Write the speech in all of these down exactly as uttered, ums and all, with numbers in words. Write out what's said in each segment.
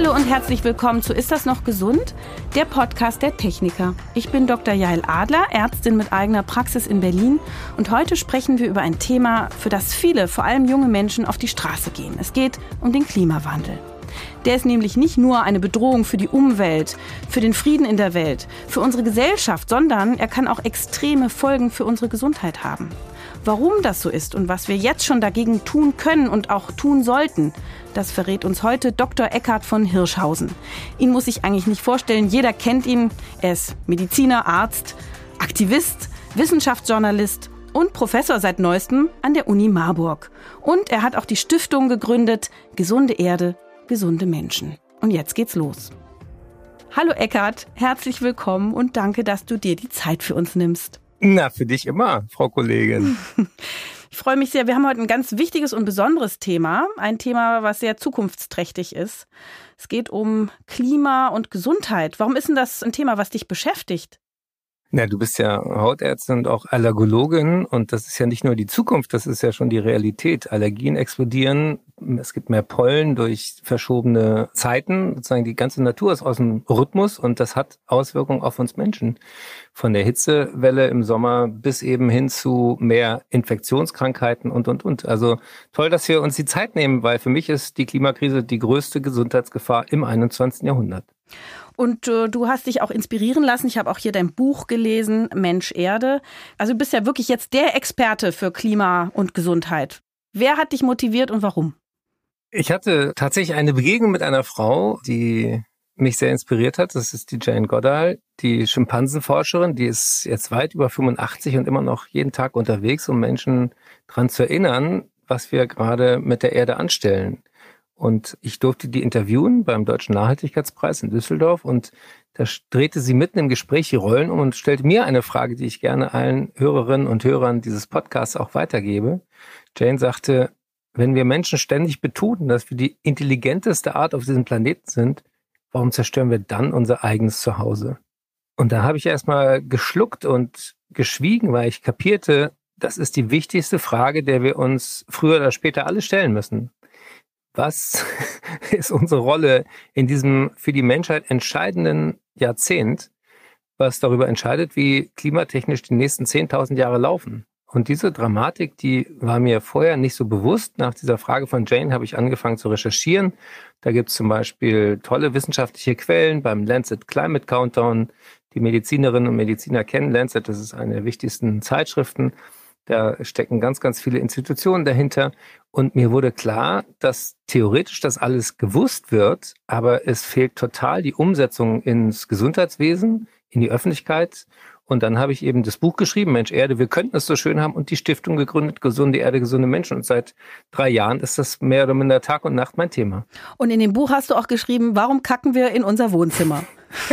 Hallo und herzlich willkommen zu Ist das noch gesund? Der Podcast der Techniker. Ich bin Doktor Jael Adler, Ärztin mit eigener Praxis in Berlin und heute sprechen wir über ein Thema, für das viele, vor allem junge Menschen, auf die Straße gehen. Es geht um den Klimawandel. Der ist nämlich nicht nur eine Bedrohung für die Umwelt, für den Frieden in der Welt, für unsere Gesellschaft, sondern er kann auch extreme Folgen für unsere Gesundheit haben. Warum das so ist und was wir jetzt schon dagegen tun können und auch tun sollten, das verrät uns heute Doktor Eckhard von Hirschhausen. Ihn muss ich eigentlich nicht vorstellen, jeder kennt ihn. Er ist Mediziner, Arzt, Aktivist, Wissenschaftsjournalist und Professor seit neuestem an der Uni Marburg. Und er hat auch die Stiftung gegründet, Gesunde Erde, gesunde Menschen. Und jetzt geht's los. Hallo Eckhard, herzlich willkommen und danke, dass du dir die Zeit für uns nimmst. Na, für dich immer, Frau Kollegin. Ich freue mich sehr. Wir haben heute ein ganz wichtiges und besonderes Thema. Ein Thema, was sehr zukunftsträchtig ist. Es geht um Klima und Gesundheit. Warum ist denn das ein Thema, was dich beschäftigt? Na, du bist ja Hautärztin und auch Allergologin und das ist ja nicht nur die Zukunft, das ist ja schon die Realität. Allergien explodieren, es gibt mehr Pollen durch verschobene Zeiten, sozusagen die ganze Natur ist aus dem Rhythmus und das hat Auswirkungen auf uns Menschen. Von der Hitzewelle im Sommer bis eben hin zu mehr Infektionskrankheiten und, und, und. Also toll, dass wir uns die Zeit nehmen, weil für mich ist die Klimakrise die größte Gesundheitsgefahr im einundzwanzigsten Jahrhundert. Und äh, du hast dich auch inspirieren lassen. Ich habe auch hier dein Buch gelesen, Mensch Erde. Also du bist ja wirklich jetzt der Experte für Klima und Gesundheit. Wer hat dich motiviert und warum? Ich hatte tatsächlich eine Begegnung mit einer Frau, die mich sehr inspiriert hat. Das ist die Jane Goodall, die Schimpansenforscherin. Die ist jetzt weit über fünfundachtzig und immer noch jeden Tag unterwegs, um Menschen daran zu erinnern, was wir gerade mit der Erde anstellen. Und ich durfte die interviewen beim Deutschen Nachhaltigkeitspreis in Düsseldorf und da drehte sie mitten im Gespräch die Rollen um und stellte mir eine Frage, die ich gerne allen Hörerinnen und Hörern dieses Podcasts auch weitergebe. Jane sagte, wenn wir Menschen ständig betonen, dass wir die intelligenteste Art auf diesem Planeten sind, warum zerstören wir dann unser eigenes Zuhause? Und da habe ich erstmal geschluckt und geschwiegen, weil ich kapierte, das ist die wichtigste Frage, der wir uns früher oder später alle stellen müssen. Was ist unsere Rolle in diesem für die Menschheit entscheidenden Jahrzehnt, was darüber entscheidet, wie klimatechnisch die nächsten zehntausend Jahre laufen? Und diese Dramatik, die war mir vorher nicht so bewusst. Nach dieser Frage von Jane habe ich angefangen zu recherchieren. Da gibt es zum Beispiel tolle wissenschaftliche Quellen beim Lancet Climate Countdown. Die Medizinerinnen und Mediziner kennen Lancet, das ist eine der wichtigsten Zeitschriften. Da stecken ganz, ganz viele Institutionen dahinter. Und mir wurde klar, dass theoretisch das alles gewusst wird, aber es fehlt total die Umsetzung ins Gesundheitswesen, in die Öffentlichkeit. Und dann habe ich eben das Buch geschrieben, Mensch Erde, wir könnten es so schön haben und die Stiftung gegründet, Gesunde Erde, gesunde Menschen. Und seit drei Jahren ist das mehr oder minder Tag und Nacht mein Thema. Und in dem Buch hast du auch geschrieben, warum kacken wir in unser Wohnzimmer?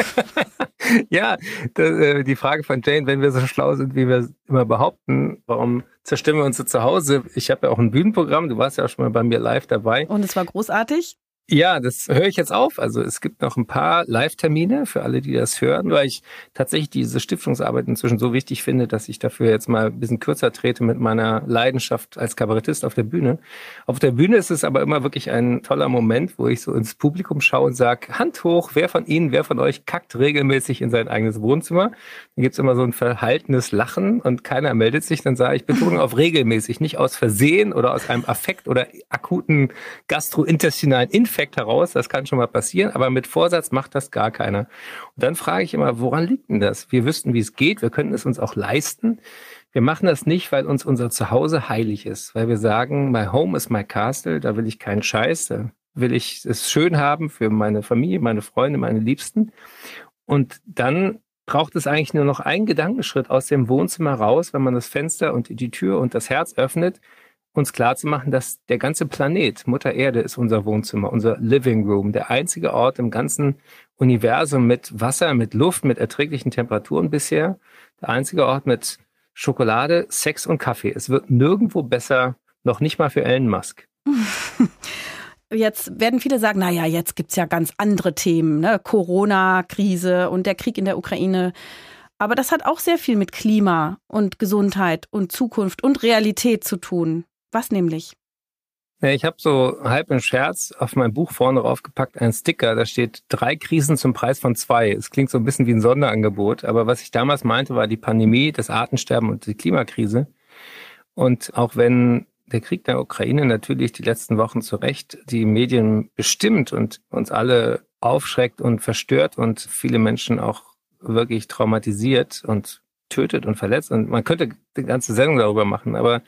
Ja, das, die Frage von Jane, wenn wir so schlau sind, wie wir immer behaupten, warum zerstören wir unser Zuhause? Ich habe ja auch ein Bühnenprogramm, du warst ja auch schon mal bei mir live dabei. Und es war großartig? Ja, das höre ich jetzt auf. Also es gibt noch ein paar Live-Termine für alle, die das hören, weil ich tatsächlich diese Stiftungsarbeit inzwischen so wichtig finde, dass ich dafür jetzt mal ein bisschen kürzer trete mit meiner Leidenschaft als Kabarettist auf der Bühne. Auf der Bühne ist es aber immer wirklich ein toller Moment, wo ich so ins Publikum schaue und sage, Hand hoch, wer von Ihnen, wer von euch kackt regelmäßig in sein eigenes Wohnzimmer? Dann gibt's immer so ein verhaltenes Lachen und keiner meldet sich. Dann sage ich, Betonung auf regelmäßig, nicht aus Versehen oder aus einem Affekt oder akuten gastrointestinalen Infekt heraus, das kann schon mal passieren, aber mit Vorsatz macht das gar keiner. Und dann frage ich immer, woran liegt denn das? Wir wüssten, wie es geht, wir könnten es uns auch leisten. Wir machen das nicht, weil uns unser Zuhause heilig ist, weil wir sagen, my home is my castle, da will ich keinen Scheiß, da will ich es schön haben für meine Familie, meine Freunde, meine Liebsten. Und dann braucht es eigentlich nur noch einen Gedankenschritt aus dem Wohnzimmer raus, wenn man das Fenster und die Tür und das Herz öffnet, uns klarzumachen, dass der ganze Planet, Mutter Erde, ist unser Wohnzimmer, unser Living Room, der einzige Ort im ganzen Universum mit Wasser, mit Luft, mit erträglichen Temperaturen bisher, der einzige Ort mit Schokolade, Sex und Kaffee. Es wird nirgendwo besser, noch nicht mal für Elon Musk. Jetzt werden viele sagen, naja, jetzt gibt's ja ganz andere Themen, ne? Corona-Krise und der Krieg in der Ukraine. Aber das hat auch sehr viel mit Klima und Gesundheit und Zukunft und Realität zu tun. Was nämlich? Ja, ich habe so halb im Scherz auf mein Buch vorne raufgepackt einen Sticker, da steht drei Krisen zum Preis von zwei. Es klingt so ein bisschen wie ein Sonderangebot, aber was ich damals meinte, war die Pandemie, das Artensterben und die Klimakrise. Und auch wenn der Krieg der Ukraine natürlich die letzten Wochen zu Recht die Medien bestimmt und uns alle aufschreckt und verstört und viele Menschen auch wirklich traumatisiert und tötet und verletzt. Und man könnte die ganze Sendung darüber machen, aber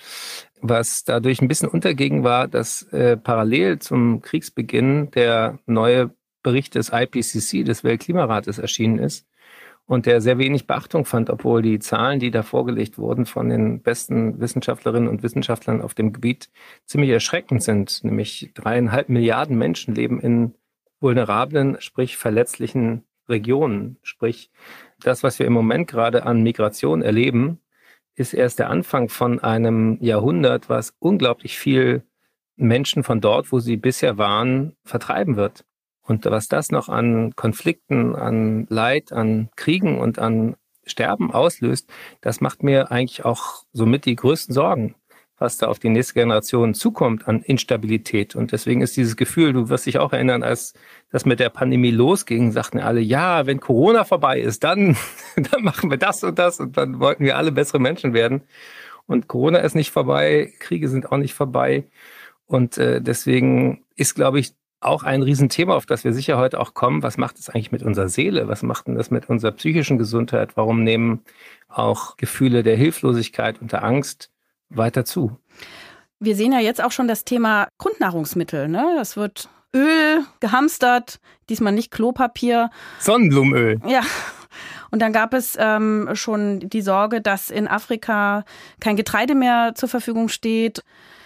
was dadurch ein bisschen unterging, war, dass äh, parallel zum Kriegsbeginn der neue Bericht des I P C C, des Weltklimarates, erschienen ist und der sehr wenig Beachtung fand, obwohl die Zahlen, die da vorgelegt wurden von den besten Wissenschaftlerinnen und Wissenschaftlern auf dem Gebiet, ziemlich erschreckend sind. Nämlich dreieinhalb Milliarden Menschen leben in vulnerablen, sprich verletzlichen Regionen. Sprich, das, was wir im Moment gerade an Migration erleben, ist erst der Anfang von einem Jahrhundert, was unglaublich viel Menschen von dort, wo sie bisher waren, vertreiben wird. Und was das noch an Konflikten, an Leid, an Kriegen und an Sterben auslöst, das macht mir eigentlich auch somit die größten Sorgen, was da auf die nächste Generation zukommt an Instabilität. Und deswegen ist dieses Gefühl, du wirst dich auch erinnern, als das mit der Pandemie losging, sagten alle, ja, wenn Corona vorbei ist, dann, dann machen wir das und das und dann wollten wir alle bessere Menschen werden. Und Corona ist nicht vorbei, Kriege sind auch nicht vorbei. Und äh, deswegen ist, glaube ich, auch ein Riesenthema, auf das wir sicher heute auch kommen. Was macht es eigentlich mit unserer Seele? Was macht denn das mit unserer psychischen Gesundheit? Warum nehmen auch Gefühle der Hilflosigkeit und der Angst weiter zu? Wir sehen ja jetzt auch schon das Thema Grundnahrungsmittel, ne? Das wird Öl gehamstert, diesmal nicht Klopapier. Sonnenblumenöl. Ja. Und dann gab es ähm, schon die Sorge, dass in Afrika kein Getreide mehr zur Verfügung steht.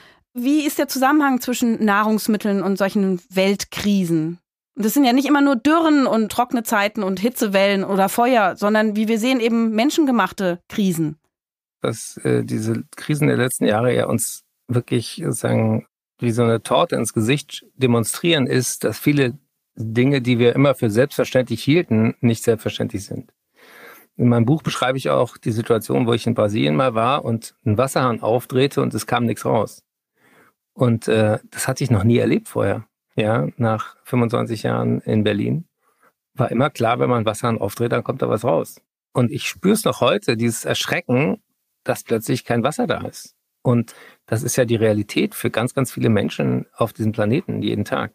Wie ist der Zusammenhang zwischen Nahrungsmitteln und solchen Weltkrisen? Das sind ja nicht immer nur Dürren und trockene Zeiten und Hitzewellen oder Feuer, sondern wie wir sehen eben menschengemachte Krisen. Dass äh, diese Krisen der letzten Jahre ja uns wirklich sagen, wie so eine Torte ins Gesicht demonstrieren, ist, dass viele Dinge, die wir immer für selbstverständlich hielten, nicht selbstverständlich sind. In meinem Buch beschreibe ich auch die Situation, wo ich in Brasilien mal war und einen Wasserhahn aufdrehte und es kam nichts raus. Und äh, das hatte ich noch nie erlebt vorher. Ja, nach fünfundzwanzig Jahren in Berlin war immer klar, wenn man Wasserhahn aufdreht, dann kommt da was raus. Und ich spüre es noch heute, dieses Erschrecken, dass plötzlich kein Wasser da ist. Und das ist ja die Realität für ganz, ganz viele Menschen auf diesem Planeten jeden Tag.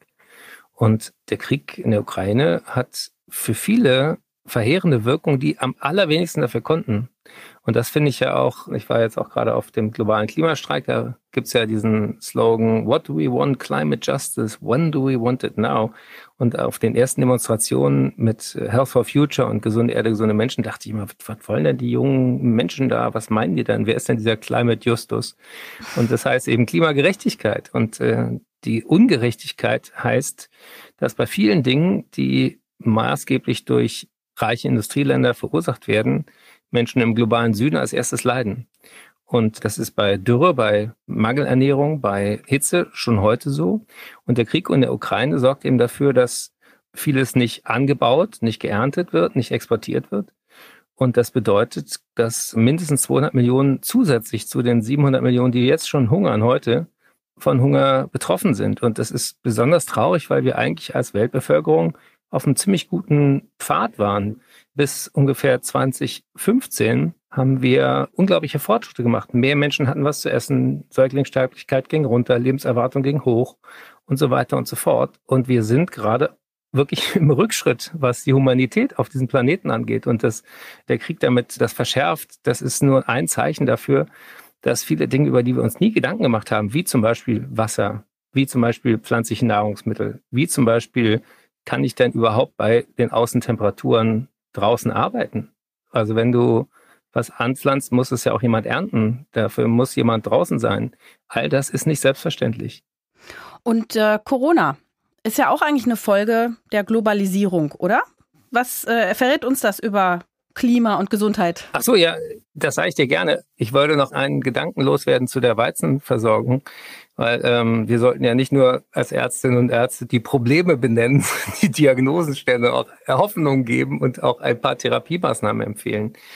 Und der Krieg in der Ukraine hat für viele verheerende Wirkungen, die am allerwenigsten dafür konnten. Und das finde ich ja auch, ich war jetzt auch gerade auf dem globalen Klimastreik, da gibt's ja diesen Slogan, what do we want climate justice, when do we want it now? Und auf den ersten Demonstrationen mit Health for Future und gesunde Erde, gesunde Menschen, dachte ich immer, was wollen denn die jungen Menschen da, was meinen die denn, wer ist denn dieser Climate Justus? Und das heißt eben Klimagerechtigkeit. Und äh, die Ungerechtigkeit heißt, dass bei vielen Dingen, die maßgeblich durch reiche Industrieländer verursacht werden, Menschen im globalen Süden als erstes leiden. Und das ist bei Dürre, bei Mangelernährung, bei Hitze schon heute so. Und der Krieg in der Ukraine sorgt eben dafür, dass vieles nicht angebaut, nicht geerntet wird, nicht exportiert wird. Und das bedeutet, dass mindestens zweihundert Millionen zusätzlich zu den siebenhundert Millionen, die jetzt schon hungern heute, von Hunger betroffen sind. Und das ist besonders traurig, weil wir eigentlich als Weltbevölkerung auf einem ziemlich guten Pfad waren. Bis ungefähr zwanzig fünfzehn haben wir unglaubliche Fortschritte gemacht. Mehr Menschen hatten was zu essen, Säuglingssterblichkeit ging runter, Lebenserwartung ging hoch und so weiter und so fort. Und wir sind gerade wirklich im Rückschritt, was die Humanität auf diesem Planeten angeht. Und das, der Krieg damit das verschärft, das ist nur ein Zeichen dafür, dass viele Dinge, über die wir uns nie Gedanken gemacht haben, wie zum Beispiel Wasser, wie zum Beispiel pflanzliche Nahrungsmittel, wie zum Beispiel kann ich denn überhaupt bei den Außentemperaturen draußen arbeiten? Also wenn du was anpflanzt, muss es ja auch jemand ernten. Dafür muss jemand draußen sein. All das ist nicht selbstverständlich. Und äh, Corona ist ja auch eigentlich eine Folge der Globalisierung, oder? Was äh, verrät uns das über Klima und Gesundheit? Ach so, ja, das sage ich dir gerne. Ich wollte noch einen Gedanken loswerden zu der Weizenversorgung, weil ähm, wir sollten ja nicht nur als Ärztinnen und Ärzte die Probleme benennen, die Diagnosen stellen, auch Hoffnung geben und auch ein paar Therapiemaßnahmen empfehlen.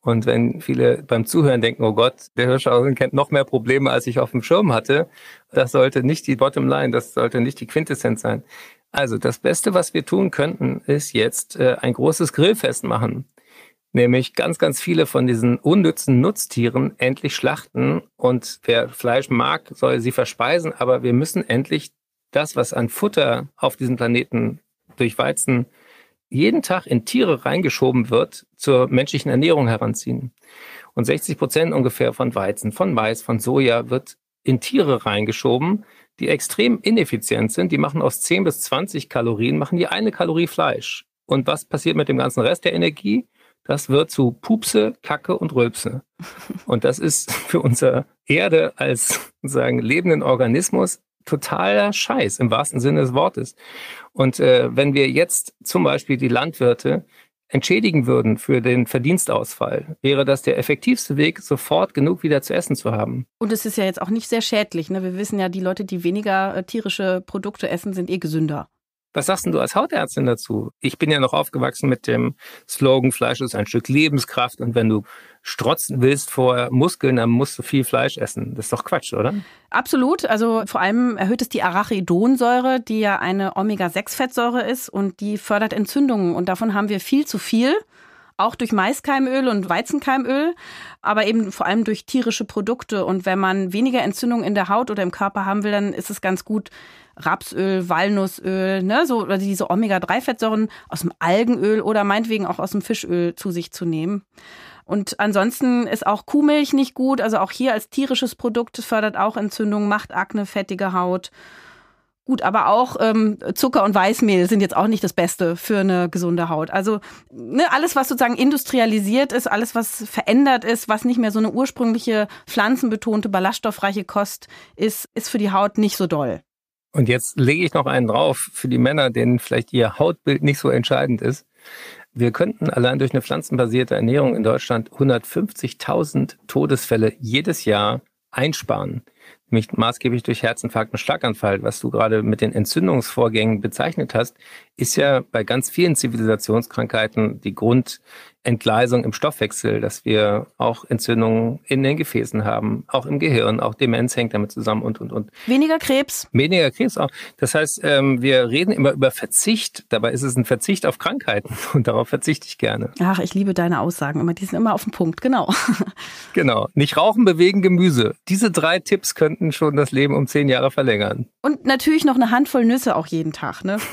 Und wenn viele beim Zuhören denken, oh Gott, der Hirschhausen kennt noch mehr Probleme, als ich auf dem Schirm hatte, das sollte nicht die Bottomline, das sollte nicht die Quintessenz sein. Also das Beste, was wir tun könnten, ist jetzt äh, ein großes Grillfest machen. Nämlich ganz, ganz viele von diesen unnützen Nutztieren endlich schlachten. Und wer Fleisch mag, soll sie verspeisen. Aber wir müssen endlich das, was an Futter auf diesem Planeten durch Weizen jeden Tag in Tiere reingeschoben wird, zur menschlichen Ernährung heranziehen. Und sechzig Prozent ungefähr von Weizen, von Mais, von Soja wird in Tiere reingeschoben, die extrem ineffizient sind. Die machen aus zehn bis zwanzig Kalorien, machen die eine Kalorie Fleisch. Und was passiert mit dem ganzen Rest der Energie? Das wird zu Pupse, Kacke und Rülpse. Und das ist für unsere Erde als sozusagen lebenden Organismus totaler Scheiß im wahrsten Sinne des Wortes. Und äh, wenn wir jetzt zum Beispiel die Landwirte entschädigen würden für den Verdienstausfall, wäre das der effektivste Weg, sofort genug wieder zu essen zu haben. Und es ist ja jetzt auch nicht sehr schädlich, ne? Wir wissen ja, die Leute, die weniger äh, tierische Produkte essen, sind eh gesünder. Was sagst denn du als Hautärztin dazu? Ich bin ja noch aufgewachsen mit dem Slogan, Fleisch ist ein Stück Lebenskraft und wenn du strotzen willst vor Muskeln, dann musst du viel Fleisch essen. Das ist doch Quatsch, oder? Absolut. Also vor allem erhöht es die Arachidonsäure, die ja eine Omega sechs Fettsäure ist und die fördert Entzündungen. Und davon haben wir viel zu viel, auch durch Maiskeimöl und Weizenkeimöl, aber eben vor allem durch tierische Produkte. Und wenn man weniger Entzündungen in der Haut oder im Körper haben will, dann ist es ganz gut, Rapsöl, Walnussöl, ne, so, oder diese Omega drei Fettsäuren aus dem Algenöl oder meinetwegen auch aus dem Fischöl zu sich zu nehmen. Und ansonsten ist auch Kuhmilch nicht gut, also auch hier als tierisches Produkt, das fördert auch Entzündungen, macht Akne, fettige Haut. Gut, aber auch ähm, Zucker und Weißmehl sind jetzt auch nicht das Beste für eine gesunde Haut. Also ne, alles, was sozusagen industrialisiert ist, alles, was verändert ist, was nicht mehr so eine ursprüngliche pflanzenbetonte, ballaststoffreiche Kost ist, ist für die Haut nicht so doll. Und jetzt lege ich noch einen drauf für die Männer, denen vielleicht ihr Hautbild nicht so entscheidend ist. Wir könnten allein durch eine pflanzenbasierte Ernährung in Deutschland hundertfünfzigtausend Todesfälle jedes Jahr einsparen. Nämlich maßgeblich durch Herzinfarkt und Schlaganfall. Was du gerade mit den Entzündungsvorgängen bezeichnet hast, ist ja bei ganz vielen Zivilisationskrankheiten die Grundentgleisung im Stoffwechsel, dass wir auch Entzündungen in den Gefäßen haben, auch im Gehirn, auch Demenz hängt damit zusammen und, und, und. Weniger Krebs. Weniger Krebs auch. Das heißt, wir reden immer über Verzicht. Dabei ist es ein Verzicht auf Krankheiten und darauf verzichte ich gerne. Ach, ich liebe deine Aussagen immer. Die sind immer auf den Punkt, genau. Genau. Nicht rauchen, bewegen, Gemüse. Diese drei Tipps könnten schon das Leben um zehn Jahre verlängern. Und natürlich noch eine Handvoll Nüsse auch jeden Tag, ne?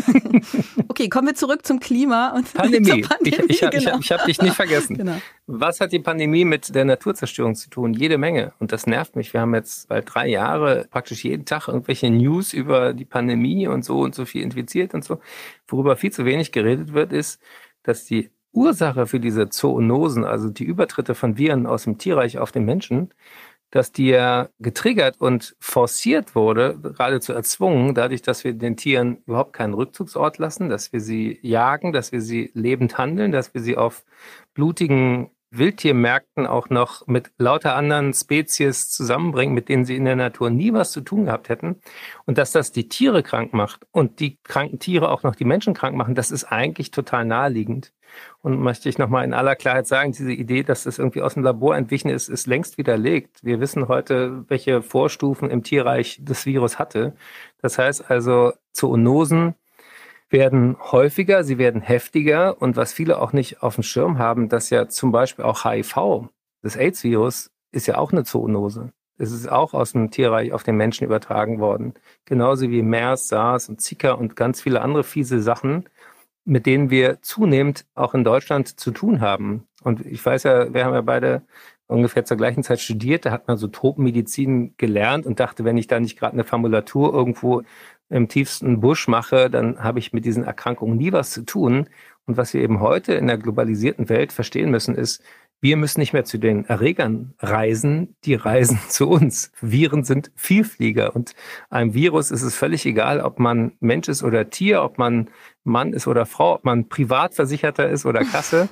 Okay, kommen wir zurück zum Klima. Und Pandemie. zur Pandemie. Ich, ich, genau. ich, ich habe dich nicht vergessen. Genau. Was hat die Pandemie mit der Naturzerstörung zu tun? Jede Menge. Und das nervt mich. Wir haben jetzt bald drei Jahre praktisch jeden Tag irgendwelche News über die Pandemie und so und so viel infiziert und so. Worüber viel zu wenig geredet wird, ist, dass die Ursache für diese Zoonosen, also die Übertritte von Viren aus dem Tierreich auf den Menschen, dass die ja getriggert und forciert wurde, geradezu erzwungen, dadurch, dass wir den Tieren überhaupt keinen Rückzugsort lassen, dass wir sie jagen, dass wir sie lebend handeln, dass wir sie auf blutigen Wildtiermärkten auch noch mit lauter anderen Spezies zusammenbringen, mit denen sie in der Natur nie was zu tun gehabt hätten. Und dass das die Tiere krank macht und die kranken Tiere auch noch die Menschen krank machen, das ist eigentlich total naheliegend. Und möchte ich nochmal in aller Klarheit sagen, diese Idee, dass das irgendwie aus dem Labor entwichen ist, ist längst widerlegt. Wir wissen heute, welche Vorstufen im Tierreich das Virus hatte. Das heißt also, Zoonosen werden häufiger, sie werden heftiger. Und was viele auch nicht auf dem Schirm haben, dass ja zum Beispiel auch H I V, das AIDS-Virus, ist ja auch eine Zoonose. Es ist auch aus dem Tierreich auf den Menschen übertragen worden. Genauso wie MERS, SARS und Zika und ganz viele andere fiese Sachen, mit denen wir zunehmend auch in Deutschland zu tun haben. Und ich weiß ja, wir haben ja beide ungefähr zur gleichen Zeit studiert, da hat man so Tropenmedizin gelernt und dachte, wenn ich da nicht gerade eine Formulatur irgendwo im tiefsten Busch mache, dann habe ich mit diesen Erkrankungen nie was zu tun. Und was wir eben heute in der globalisierten Welt verstehen müssen, ist, wir müssen nicht mehr zu den Erregern reisen, die reisen zu uns. Viren sind Vielflieger und einem Virus ist es völlig egal, ob man Mensch ist oder Tier, ob man Mann ist oder Frau, ob man Privatversicherter ist oder Kasse.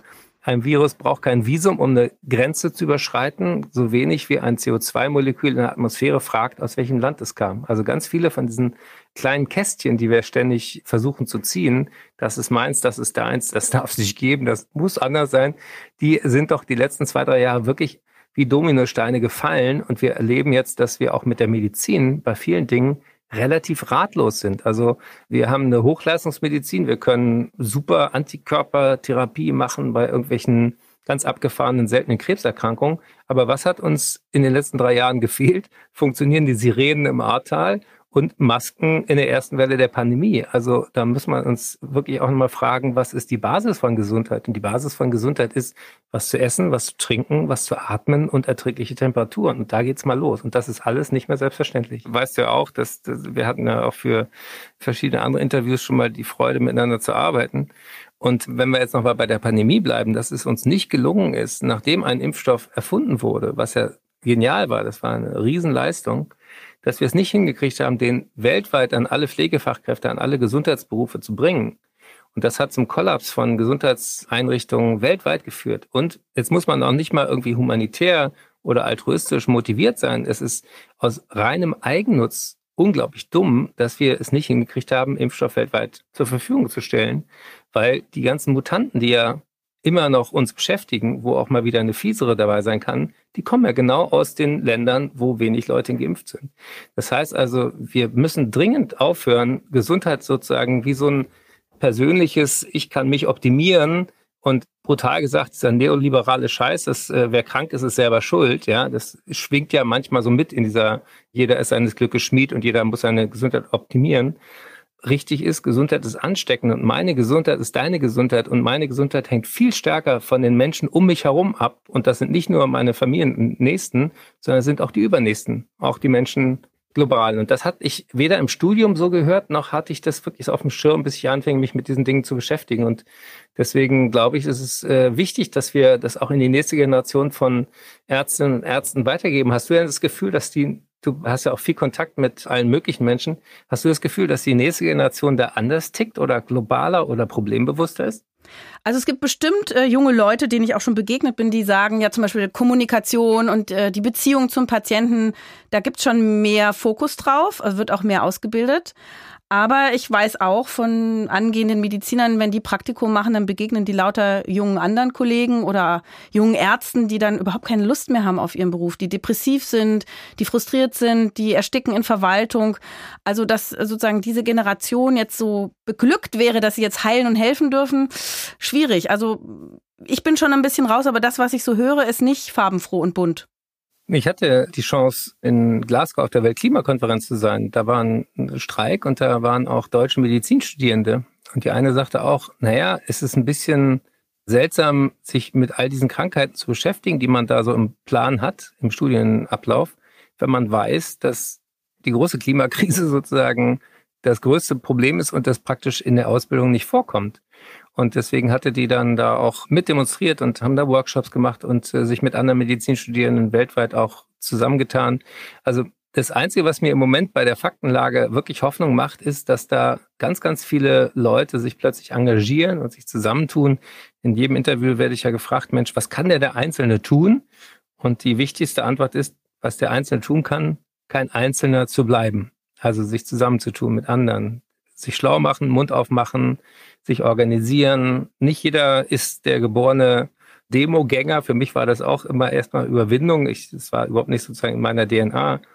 Ein Virus braucht kein Visum, um eine Grenze zu überschreiten, so wenig wie ein C O zwei Molekül in der Atmosphäre fragt, aus welchem Land es kam. Also ganz viele von diesen kleinen Kästchen, die wir ständig versuchen zu ziehen, das ist meins, das ist deins, das darf es nicht geben, das muss anders sein, die sind doch die letzten zwei, drei Jahre wirklich wie Dominosteine gefallen. Und wir erleben jetzt, dass wir auch mit der Medizin bei vielen Dingen relativ ratlos sind. Also wir haben eine Hochleistungsmedizin, wir können super Antikörpertherapie machen bei irgendwelchen ganz abgefahrenen, seltenen Krebserkrankungen. Aber was hat uns in den letzten drei Jahren gefehlt? Funktionieren die Sirenen im Ahrtal und Masken in der ersten Welle der Pandemie. Also da muss man uns wirklich auch nochmal fragen, was ist die Basis von Gesundheit? Und die Basis von Gesundheit ist, was zu essen, was zu trinken, was zu atmen und erträgliche Temperaturen. Und da geht's mal los. Und das ist alles nicht mehr selbstverständlich. Du weißt ja auch, dass, dass wir hatten ja auch für verschiedene andere Interviews schon mal die Freude, miteinander zu arbeiten. Und wenn wir jetzt noch mal bei der Pandemie bleiben, dass es uns nicht gelungen ist, nachdem ein Impfstoff erfunden wurde, was ja genial war, das war eine Riesenleistung, dass wir es nicht hingekriegt haben, den weltweit an alle Pflegefachkräfte, an alle Gesundheitsberufe zu bringen. Und das hat zum Kollaps von Gesundheitseinrichtungen weltweit geführt. Und jetzt muss man auch nicht mal irgendwie humanitär oder altruistisch motiviert sein. Es ist aus reinem Eigennutz unglaublich dumm, dass wir es nicht hingekriegt haben, Impfstoff weltweit zur Verfügung zu stellen, weil die ganzen Mutanten, die ja immer noch uns beschäftigen, wo auch mal wieder eine fiesere dabei sein kann, die kommen ja genau aus den Ländern, wo wenig Leute geimpft sind. Das heißt also, wir müssen dringend aufhören, Gesundheit sozusagen wie so ein persönliches, ich kann mich optimieren und brutal gesagt, dieser neoliberale Scheiß, dass, äh, wer krank ist, ist selber schuld. Ja, das schwingt ja manchmal so mit in dieser, jeder ist seines Glückes Schmied und jeder muss seine Gesundheit optimieren. Richtig ist, Gesundheit ist ansteckend und meine Gesundheit ist deine Gesundheit und meine Gesundheit hängt viel stärker von den Menschen um mich herum ab und das sind nicht nur meine Familien und Nächsten, sondern es sind auch die Übernächsten, auch die Menschen global. Und das hatte ich weder im Studium so gehört, noch hatte ich das wirklich auf dem Schirm, bis ich anfing, mich mit diesen Dingen zu beschäftigen. Und deswegen glaube ich, ist es äh, wichtig, dass wir das auch in die nächste Generation von Ärztinnen und Ärzten weitergeben. Hast du denn das Gefühl, dass die, du hast ja auch viel Kontakt mit allen möglichen Menschen, hast du das Gefühl, dass die nächste Generation da anders tickt oder globaler oder problembewusster ist? Also es gibt bestimmt äh, junge Leute, denen ich auch schon begegnet bin, die sagen, ja zum Beispiel Kommunikation und äh, die Beziehung zum Patienten, da gibt's schon mehr Fokus drauf, also wird auch mehr ausgebildet. Aber ich weiß auch von angehenden Medizinern, wenn die Praktikum machen, dann begegnen die lauter jungen anderen Kollegen oder jungen Ärzten, die dann überhaupt keine Lust mehr haben auf ihren Beruf, die depressiv sind, die frustriert sind, die ersticken in Verwaltung. Also dass sozusagen diese Generation jetzt so beglückt wäre, dass sie jetzt heilen und helfen dürfen, schwierig. Also ich bin schon ein bisschen raus, aber das, was ich so höre, ist nicht farbenfroh und bunt. Ich hatte die Chance, in Glasgow auf der Weltklimakonferenz zu sein. Da war ein Streik und da waren auch deutsche Medizinstudierende. Und die eine sagte auch, naja, es ist ein bisschen seltsam, sich mit all diesen Krankheiten zu beschäftigen, die man da so im Plan hat, im Studienablauf, wenn man weiß, dass die große Klimakrise sozusagen das größte Problem ist und das praktisch in der Ausbildung nicht vorkommt. Und deswegen hatte die dann da auch mit demonstriert und haben da Workshops gemacht und äh, sich mit anderen Medizinstudierenden weltweit auch zusammengetan. Also das Einzige, was mir im Moment bei der Faktenlage wirklich Hoffnung macht, ist, dass da ganz, ganz viele Leute sich plötzlich engagieren und sich zusammentun. In jedem Interview werde ich ja gefragt, Mensch, was kann der der Einzelne tun? Und die wichtigste Antwort ist, was der Einzelne tun kann, kein Einzelner zu bleiben. Also sich zusammenzutun mit anderen, sich schlau machen, Mund aufmachen, sich organisieren. Nicht jeder ist der geborene Demogänger. Für mich war das auch immer erstmal Überwindung. Ich, das war überhaupt nicht sozusagen in meiner D N A.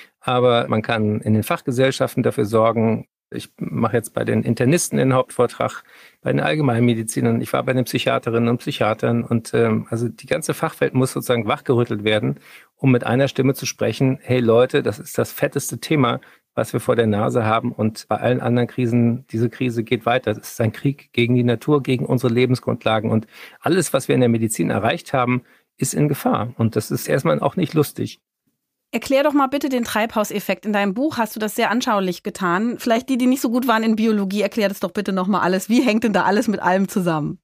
Aber man kann in den Fachgesellschaften dafür sorgen. Ich mache jetzt bei den Internisten den Hauptvortrag, bei den Allgemeinmedizinern. Ich war bei den Psychiaterinnen und Psychiatern. Und ähm, also die ganze Fachwelt muss sozusagen wachgerüttelt werden, um mit einer Stimme zu sprechen. Hey Leute, das ist das fetteste Thema, was wir vor der Nase haben. Und bei allen anderen Krisen, diese Krise geht weiter. Das ist ein Krieg gegen die Natur, gegen unsere Lebensgrundlagen. Und alles, was wir in der Medizin erreicht haben, ist in Gefahr. Und das ist erstmal auch nicht lustig. Erklär doch mal bitte den Treibhauseffekt. In deinem Buch hast du das sehr anschaulich getan. Vielleicht die, die nicht so gut waren in Biologie, erklär das doch bitte nochmal alles. Wie hängt denn da alles mit allem zusammen?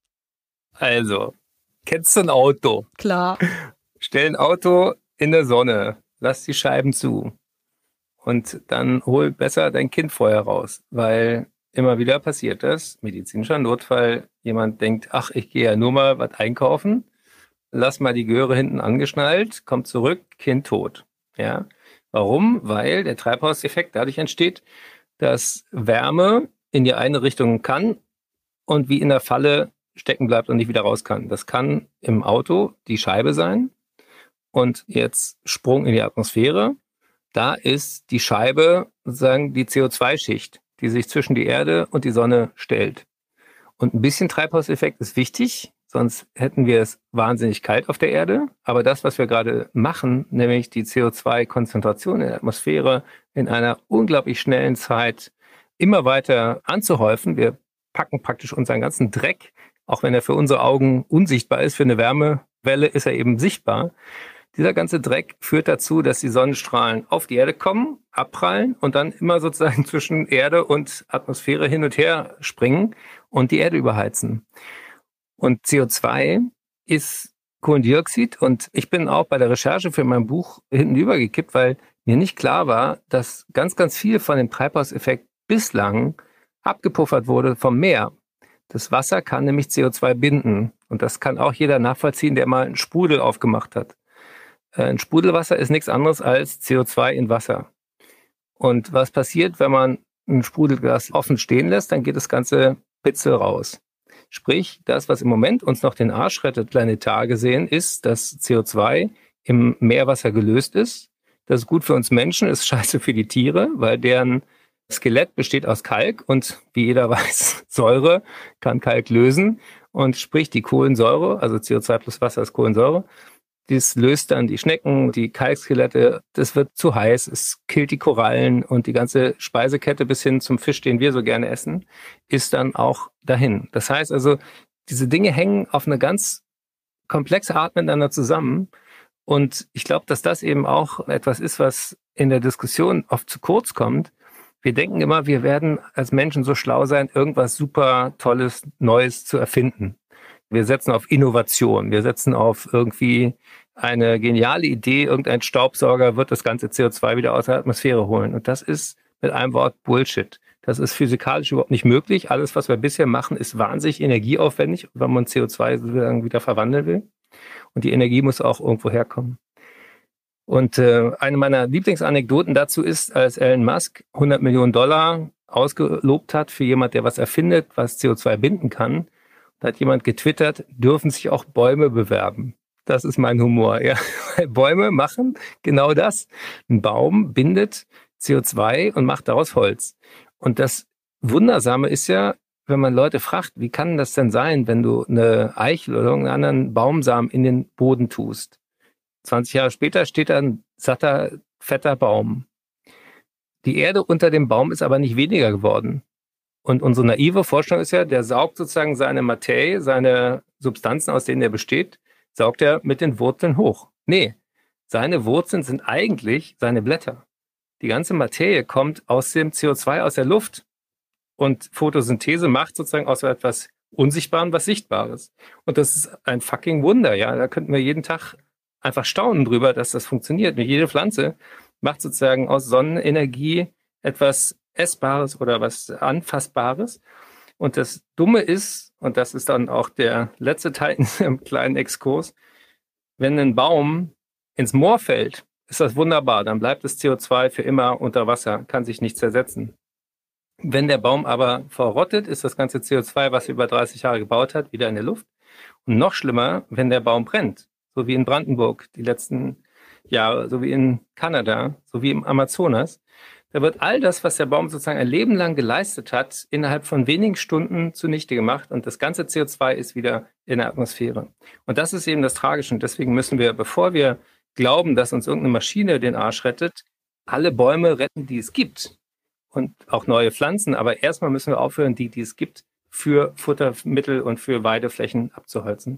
Also, kennst du ein Auto? Klar. Stell ein Auto in der Sonne, lass die Scheiben zu. Und dann hol besser dein Kind vorher raus, weil immer wieder passiert das, medizinischer Notfall, jemand denkt, ach, ich gehe ja nur mal was einkaufen, lass mal die Göre hinten angeschnallt, kommt zurück, Kind tot. Ja, warum? Weil der Treibhauseffekt dadurch entsteht, dass Wärme in die eine Richtung kann und wie in der Falle stecken bleibt und nicht wieder raus kann. Das kann im Auto die Scheibe sein und jetzt Sprung in die Atmosphäre. Da ist die Scheibe sozusagen die C O zwei Schicht, die sich zwischen die Erde und die Sonne stellt. Und ein bisschen Treibhauseffekt ist wichtig, sonst hätten wir es wahnsinnig kalt auf der Erde. Aber das, was wir gerade machen, nämlich die C O zwei Konzentration in der Atmosphäre in einer unglaublich schnellen Zeit immer weiter anzuhäufen. Wir packen praktisch unseren ganzen Dreck, auch wenn er für unsere Augen unsichtbar ist, für eine Wärmewelle ist er eben sichtbar. Dieser ganze Dreck führt dazu, dass die Sonnenstrahlen auf die Erde kommen, abprallen und dann immer sozusagen zwischen Erde und Atmosphäre hin und her springen und die Erde überheizen. Und C O zwei ist Kohlendioxid und ich bin auch bei der Recherche für mein Buch hinten übergekippt, weil mir nicht klar war, dass ganz, ganz viel von dem Treibhauseffekt bislang abgepuffert wurde vom Meer. Das Wasser kann nämlich C O zwei binden und das kann auch jeder nachvollziehen, der mal einen Sprudel aufgemacht hat. Ein Sprudelwasser ist nichts anderes als C O zwei in Wasser. Und was passiert, wenn man ein Sprudelglas offen stehen lässt, dann geht das ganze Pitzel raus. Sprich, das, was im Moment uns noch den Arsch rettet, planetar gesehen, ist, dass C O zwei im Meerwasser gelöst ist. Das ist gut für uns Menschen, ist scheiße für die Tiere, weil deren Skelett besteht aus Kalk und wie jeder weiß, Säure kann Kalk lösen. Und sprich, die Kohlensäure, also C O zwei plus Wasser ist Kohlensäure, das löst dann die Schnecken, die Kalkskelette, das wird zu heiß, es killt die Korallen und die ganze Speisekette bis hin zum Fisch, den wir so gerne essen, ist dann auch dahin. Das heißt also, diese Dinge hängen auf eine ganz komplexe Art miteinander zusammen und ich glaube, dass das eben auch etwas ist, was in der Diskussion oft zu kurz kommt. Wir denken immer, wir werden als Menschen so schlau sein, irgendwas super Tolles, Neues zu erfinden. Wir setzen auf Innovation, wir setzen auf irgendwie eine geniale Idee, irgendein Staubsauger wird das ganze C O zwei wieder aus der Atmosphäre holen. Und das ist mit einem Wort Bullshit. Das ist physikalisch überhaupt nicht möglich. Alles, was wir bisher machen, ist wahnsinnig energieaufwendig, wenn man C O zwei sozusagen wieder verwandeln will. Und die Energie muss auch irgendwo herkommen. Und äh, eine meiner Lieblingsanekdoten dazu ist, als Elon Musk hundert Millionen Dollar ausgelobt hat für jemand, der was erfindet, was C O zwei binden kann. Da hat jemand getwittert, dürfen sich auch Bäume bewerben. Das ist mein Humor. Ja. Bäume machen genau das. Ein Baum bindet C O zwei und macht daraus Holz. Und das Wundersame ist ja, wenn man Leute fragt, wie kann das denn sein, wenn du eine Eichel oder irgendeinen anderen Baumsamen in den Boden tust? zwanzig Jahre später steht da ein satter, fetter Baum. Die Erde unter dem Baum ist aber nicht weniger geworden. Und unsere naive Vorstellung ist ja, der saugt sozusagen seine Materie, seine Substanzen, aus denen er besteht, saugt er mit den Wurzeln hoch. Nee, seine Wurzeln sind eigentlich seine Blätter. Die ganze Materie kommt aus dem C O zwei, aus der Luft. Und Photosynthese macht sozusagen aus so etwas Unsichtbaren was Sichtbares. Und das ist ein fucking Wunder, ja. Da könnten wir jeden Tag einfach staunen drüber, dass das funktioniert. Jede Pflanze macht sozusagen aus Sonnenenergie etwas Essbares oder was Anfassbares. Und das Dumme ist, und das ist dann auch der letzte Teil in einem kleinen Exkurs, wenn ein Baum ins Moor fällt, ist das wunderbar. Dann bleibt das C O zwei für immer unter Wasser, kann sich nicht zersetzen. Wenn der Baum aber verrottet, ist das ganze C O zwei, was er über dreißig Jahre gebaut hat, wieder in der Luft. Und noch schlimmer, wenn der Baum brennt, so wie in Brandenburg die letzten Jahre, so wie in Kanada, so wie im Amazonas. Da wird all das, was der Baum sozusagen ein Leben lang geleistet hat, innerhalb von wenigen Stunden zunichte gemacht und das ganze C O zwei ist wieder in der Atmosphäre. Und das ist eben das Tragische und deswegen müssen wir, bevor wir glauben, dass uns irgendeine Maschine den Arsch rettet, alle Bäume retten, die es gibt und auch neue Pflanzen. Aber erstmal müssen wir aufhören, die, die es gibt, für Futtermittel und für Weideflächen abzuholzen.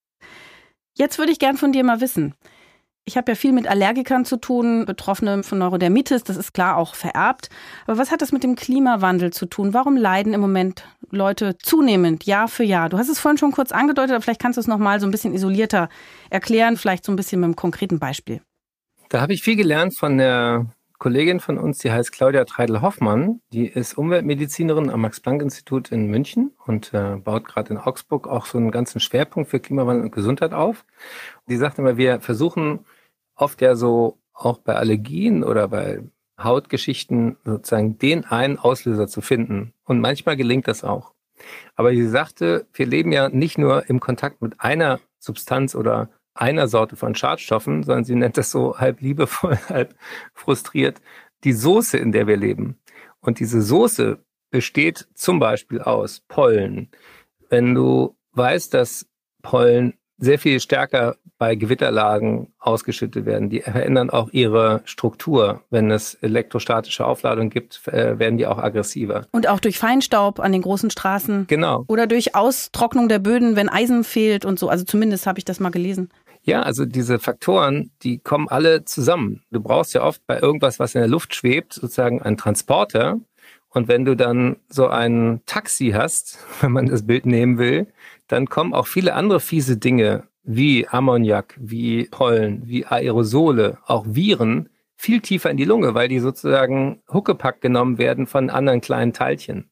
Jetzt würde ich gern von dir mal wissen. Ich habe ja viel mit Allergikern zu tun, Betroffene von Neurodermitis, das ist klar auch vererbt. Aber was hat das mit dem Klimawandel zu tun? Warum leiden im Moment Leute zunehmend, Jahr für Jahr? Du hast es vorhin schon kurz angedeutet, aber vielleicht kannst du es noch mal so ein bisschen isolierter erklären, vielleicht so ein bisschen mit einem konkreten Beispiel. Da habe ich viel gelernt von der Kollegin von uns, die heißt Claudia Treidel-Hoffmann, die ist Umweltmedizinerin am Max-Planck-Institut in München und äh, baut gerade in Augsburg auch so einen ganzen Schwerpunkt für Klimawandel und Gesundheit auf. Die sagt immer, wir versuchen oft ja so auch bei Allergien oder bei Hautgeschichten sozusagen den einen Auslöser zu finden. Und manchmal gelingt das auch. Aber sie sagte, wir leben ja nicht nur im Kontakt mit einer Substanz oder einer Sorte von Schadstoffen, sondern sie nennt das so halb liebevoll, halb frustriert, die Soße, in der wir leben. Und diese Soße besteht zum Beispiel aus Pollen. Wenn du weißt, dass Pollen sehr viel stärker bei Gewitterlagen ausgeschüttet werden, die verändern auch ihre Struktur. Wenn es elektrostatische Aufladung gibt, werden die auch aggressiver. Und auch durch Feinstaub an den großen Straßen. Genau. Oder durch Austrocknung der Böden, wenn Eisen fehlt und so. Also zumindest habe ich das mal gelesen. Ja, also diese Faktoren, die kommen alle zusammen. Du brauchst ja oft bei irgendwas, was in der Luft schwebt, sozusagen einen Transporter. Und wenn du dann so ein Taxi hast, wenn man das Bild nehmen will, dann kommen auch viele andere fiese Dinge wie Ammoniak, wie Pollen, wie Aerosole, auch Viren viel tiefer in die Lunge, weil die sozusagen Huckepack genommen werden von anderen kleinen Teilchen.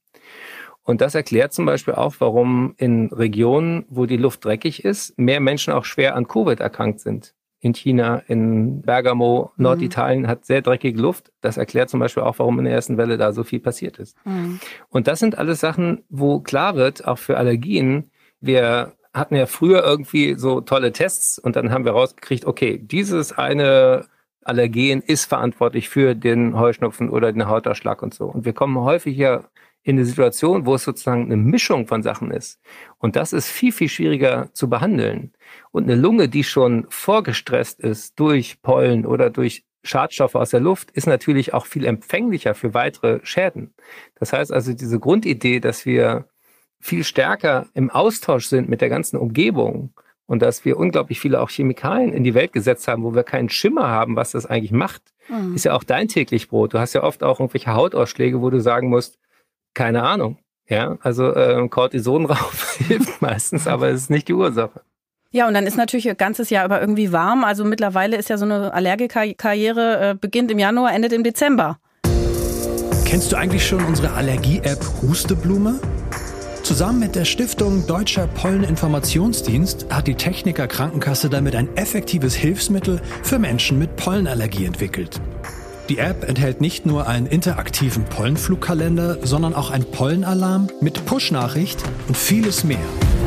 Und das erklärt zum Beispiel auch, warum in Regionen, wo die Luft dreckig ist, mehr Menschen auch schwer an Covid erkrankt sind. In China, in Bergamo, mhm. Norditalien hat sehr dreckige Luft. Das erklärt zum Beispiel auch, warum in der ersten Welle da so viel passiert ist. Mhm. Und das sind alles Sachen, wo klar wird, auch für Allergien, wir hatten ja früher irgendwie so tolle Tests und dann haben wir rausgekriegt, okay, dieses eine Allergen ist verantwortlich für den Heuschnupfen oder den Hautausschlag und so. Und wir kommen häufig ja in eine Situation, wo es sozusagen eine Mischung von Sachen ist. Und das ist viel, viel schwieriger zu behandeln. Und eine Lunge, die schon vorgestresst ist durch Pollen oder durch Schadstoffe aus der Luft, ist natürlich auch viel empfänglicher für weitere Schäden. Das heißt also, diese Grundidee, dass wir viel stärker im Austausch sind mit der ganzen Umgebung und dass wir unglaublich viele auch Chemikalien in die Welt gesetzt haben, wo wir keinen Schimmer haben, was das eigentlich macht, mhm. ist ja auch dein täglich Brot. Du hast ja oft auch irgendwelche Hautausschläge, wo du sagen musst, keine Ahnung. Ja, also äh, Cortison drauf hilft meistens, aber es ist nicht die Ursache. Ja, und dann ist natürlich ein ganzes Jahr über irgendwie warm. Also mittlerweile ist ja so eine Allergikerkarriere, äh, beginnt im Januar, endet im Dezember. Kennst du eigentlich schon unsere Allergie-App Husteblume? Zusammen mit der Stiftung Deutscher Polleninformationsdienst hat die Techniker Krankenkasse damit ein effektives Hilfsmittel für Menschen mit Pollenallergie entwickelt. Die App enthält nicht nur einen interaktiven Pollenflugkalender, sondern auch einen Pollenalarm mit Push-Nachricht und vieles mehr.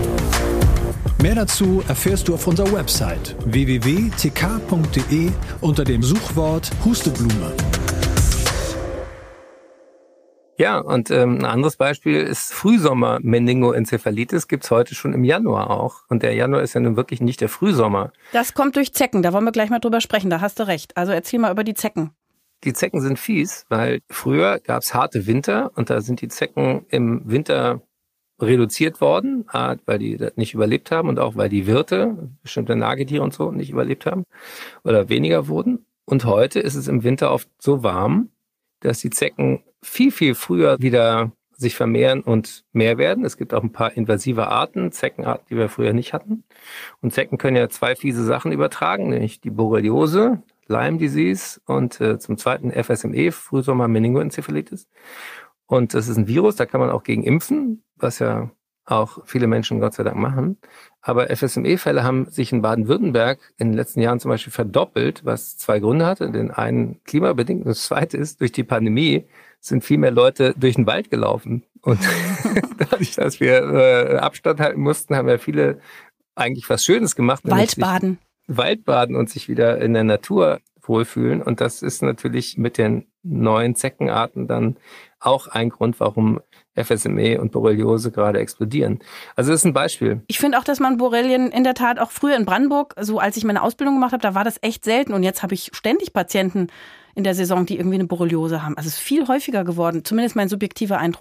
Mehr dazu erfährst du auf unserer Website w w w punkt t k punkt d e unter dem Suchwort Husteblume. Ja, und ähm, ein anderes Beispiel ist Frühsommer-Meningoenzephalitis, gibt's heute schon im Januar auch. Und der Januar ist ja nun wirklich nicht der Frühsommer. Das kommt durch Zecken, da wollen wir gleich mal drüber sprechen, da hast du recht. Also erzähl mal über die Zecken. Die Zecken sind fies, weil früher gab's harte Winter und da sind die Zecken im Winter reduziert worden, weil die das nicht überlebt haben und auch weil die Wirte, bestimmte Nagetiere und so, nicht überlebt haben oder weniger wurden. Und heute ist es im Winter oft so warm, dass die Zecken viel, viel früher wieder sich vermehren und mehr werden. Es gibt auch ein paar invasive Arten, Zeckenarten, die wir früher nicht hatten. Und Zecken können ja zwei fiese Sachen übertragen, nämlich die Borreliose, Lyme Disease und äh, zum zweiten F S M E, Frühsommer-Meningoenzephalitis. Und das ist ein Virus, da kann man auch gegen impfen, was ja auch viele Menschen Gott sei Dank machen. Aber F S M E-Fälle haben sich in Baden-Württemberg in den letzten Jahren zum Beispiel verdoppelt, was zwei Gründe hatte. Den einen klimabedingt und das zweite ist, durch die Pandemie sind viel mehr Leute durch den Wald gelaufen. Und dadurch, dass wir äh, Abstand halten mussten, haben ja viele eigentlich was Schönes gemacht. Waldbaden. Waldbaden und sich wieder in der Natur wohlfühlen. Und das ist natürlich mit den neuen Zeckenarten dann auch ein Grund, warum F S M E und Borreliose gerade explodieren. Also das ist ein Beispiel. Ich finde auch, dass man Borrelien in der Tat auch früher in Brandenburg, so als ich meine Ausbildung gemacht habe, da war das echt selten. Und jetzt habe ich ständig Patienten in der Saison, die irgendwie eine Borreliose haben. Also es ist viel häufiger geworden, zumindest mein subjektiver Eindruck.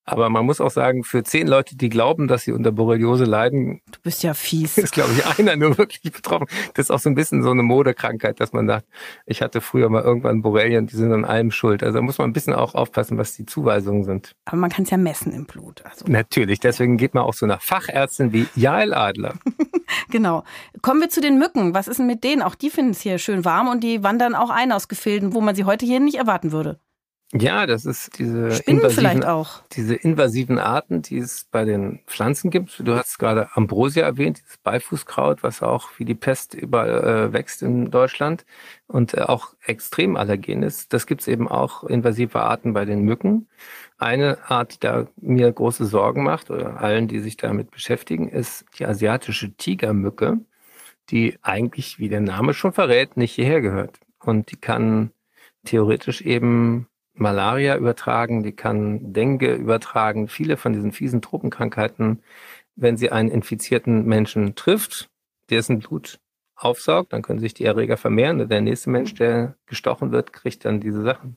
Aber man muss auch sagen, für zehn Leute, die glauben, dass sie unter Borreliose leiden, du bist ja fies, ist, glaube ich, einer nur wirklich betroffen. Das ist auch so ein bisschen so eine Modekrankheit, dass man sagt, ich hatte früher mal irgendwann Borrelien, die sind an allem schuld. Also da muss man ein bisschen auch aufpassen, was die Zuweisungen sind. Aber man kann es ja messen im Blut. Also. Natürlich, deswegen geht man auch so nach Fachärztin wie Jael Adler. Genau. Kommen wir zu den Mücken. Was ist denn mit denen? Auch die finden es hier schön warm und die wandern auch ein aus Gefilden, wo man sie heute hier nicht erwarten würde. Ja, das ist diese Spinnen invasiven, vielleicht auch. diese invasiven Arten, die es bei den Pflanzen gibt. Du hast gerade Ambrosia erwähnt, dieses Beifußkraut, was auch wie die Pest überall äh, wächst in Deutschland und äh, auch extrem allergen ist. Das gibt es eben auch invasive Arten bei den Mücken. Eine Art, die da mir große Sorgen macht, oder allen, die sich damit beschäftigen, ist die asiatische Tigermücke, die eigentlich, wie der Name schon verrät, nicht hierher gehört. Und die kann theoretisch eben Malaria übertragen, die kann Dengue übertragen, viele von diesen fiesen Tropenkrankheiten. Wenn sie einen infizierten Menschen trifft, dessen Blut aufsaugt, dann können sich die Erreger vermehren und der nächste Mensch, der gestochen wird, kriegt dann diese Sachen.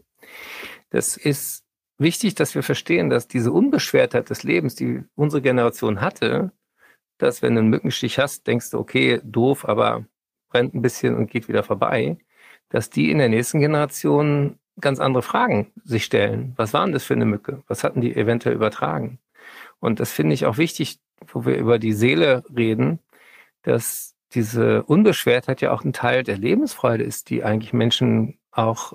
Das ist wichtig, dass wir verstehen, dass diese Unbeschwertheit des Lebens, die unsere Generation hatte, dass wenn du einen Mückenstich hast, denkst du, okay, doof, aber brennt ein bisschen und geht wieder vorbei, dass die in der nächsten Generation ganz andere Fragen sich stellen. Was waren das für eine Mücke? Was hatten die eventuell übertragen? Und das finde ich auch wichtig, wo wir über die Seele reden, dass diese Unbeschwertheit ja auch ein Teil der Lebensfreude ist, die eigentlich Menschen auch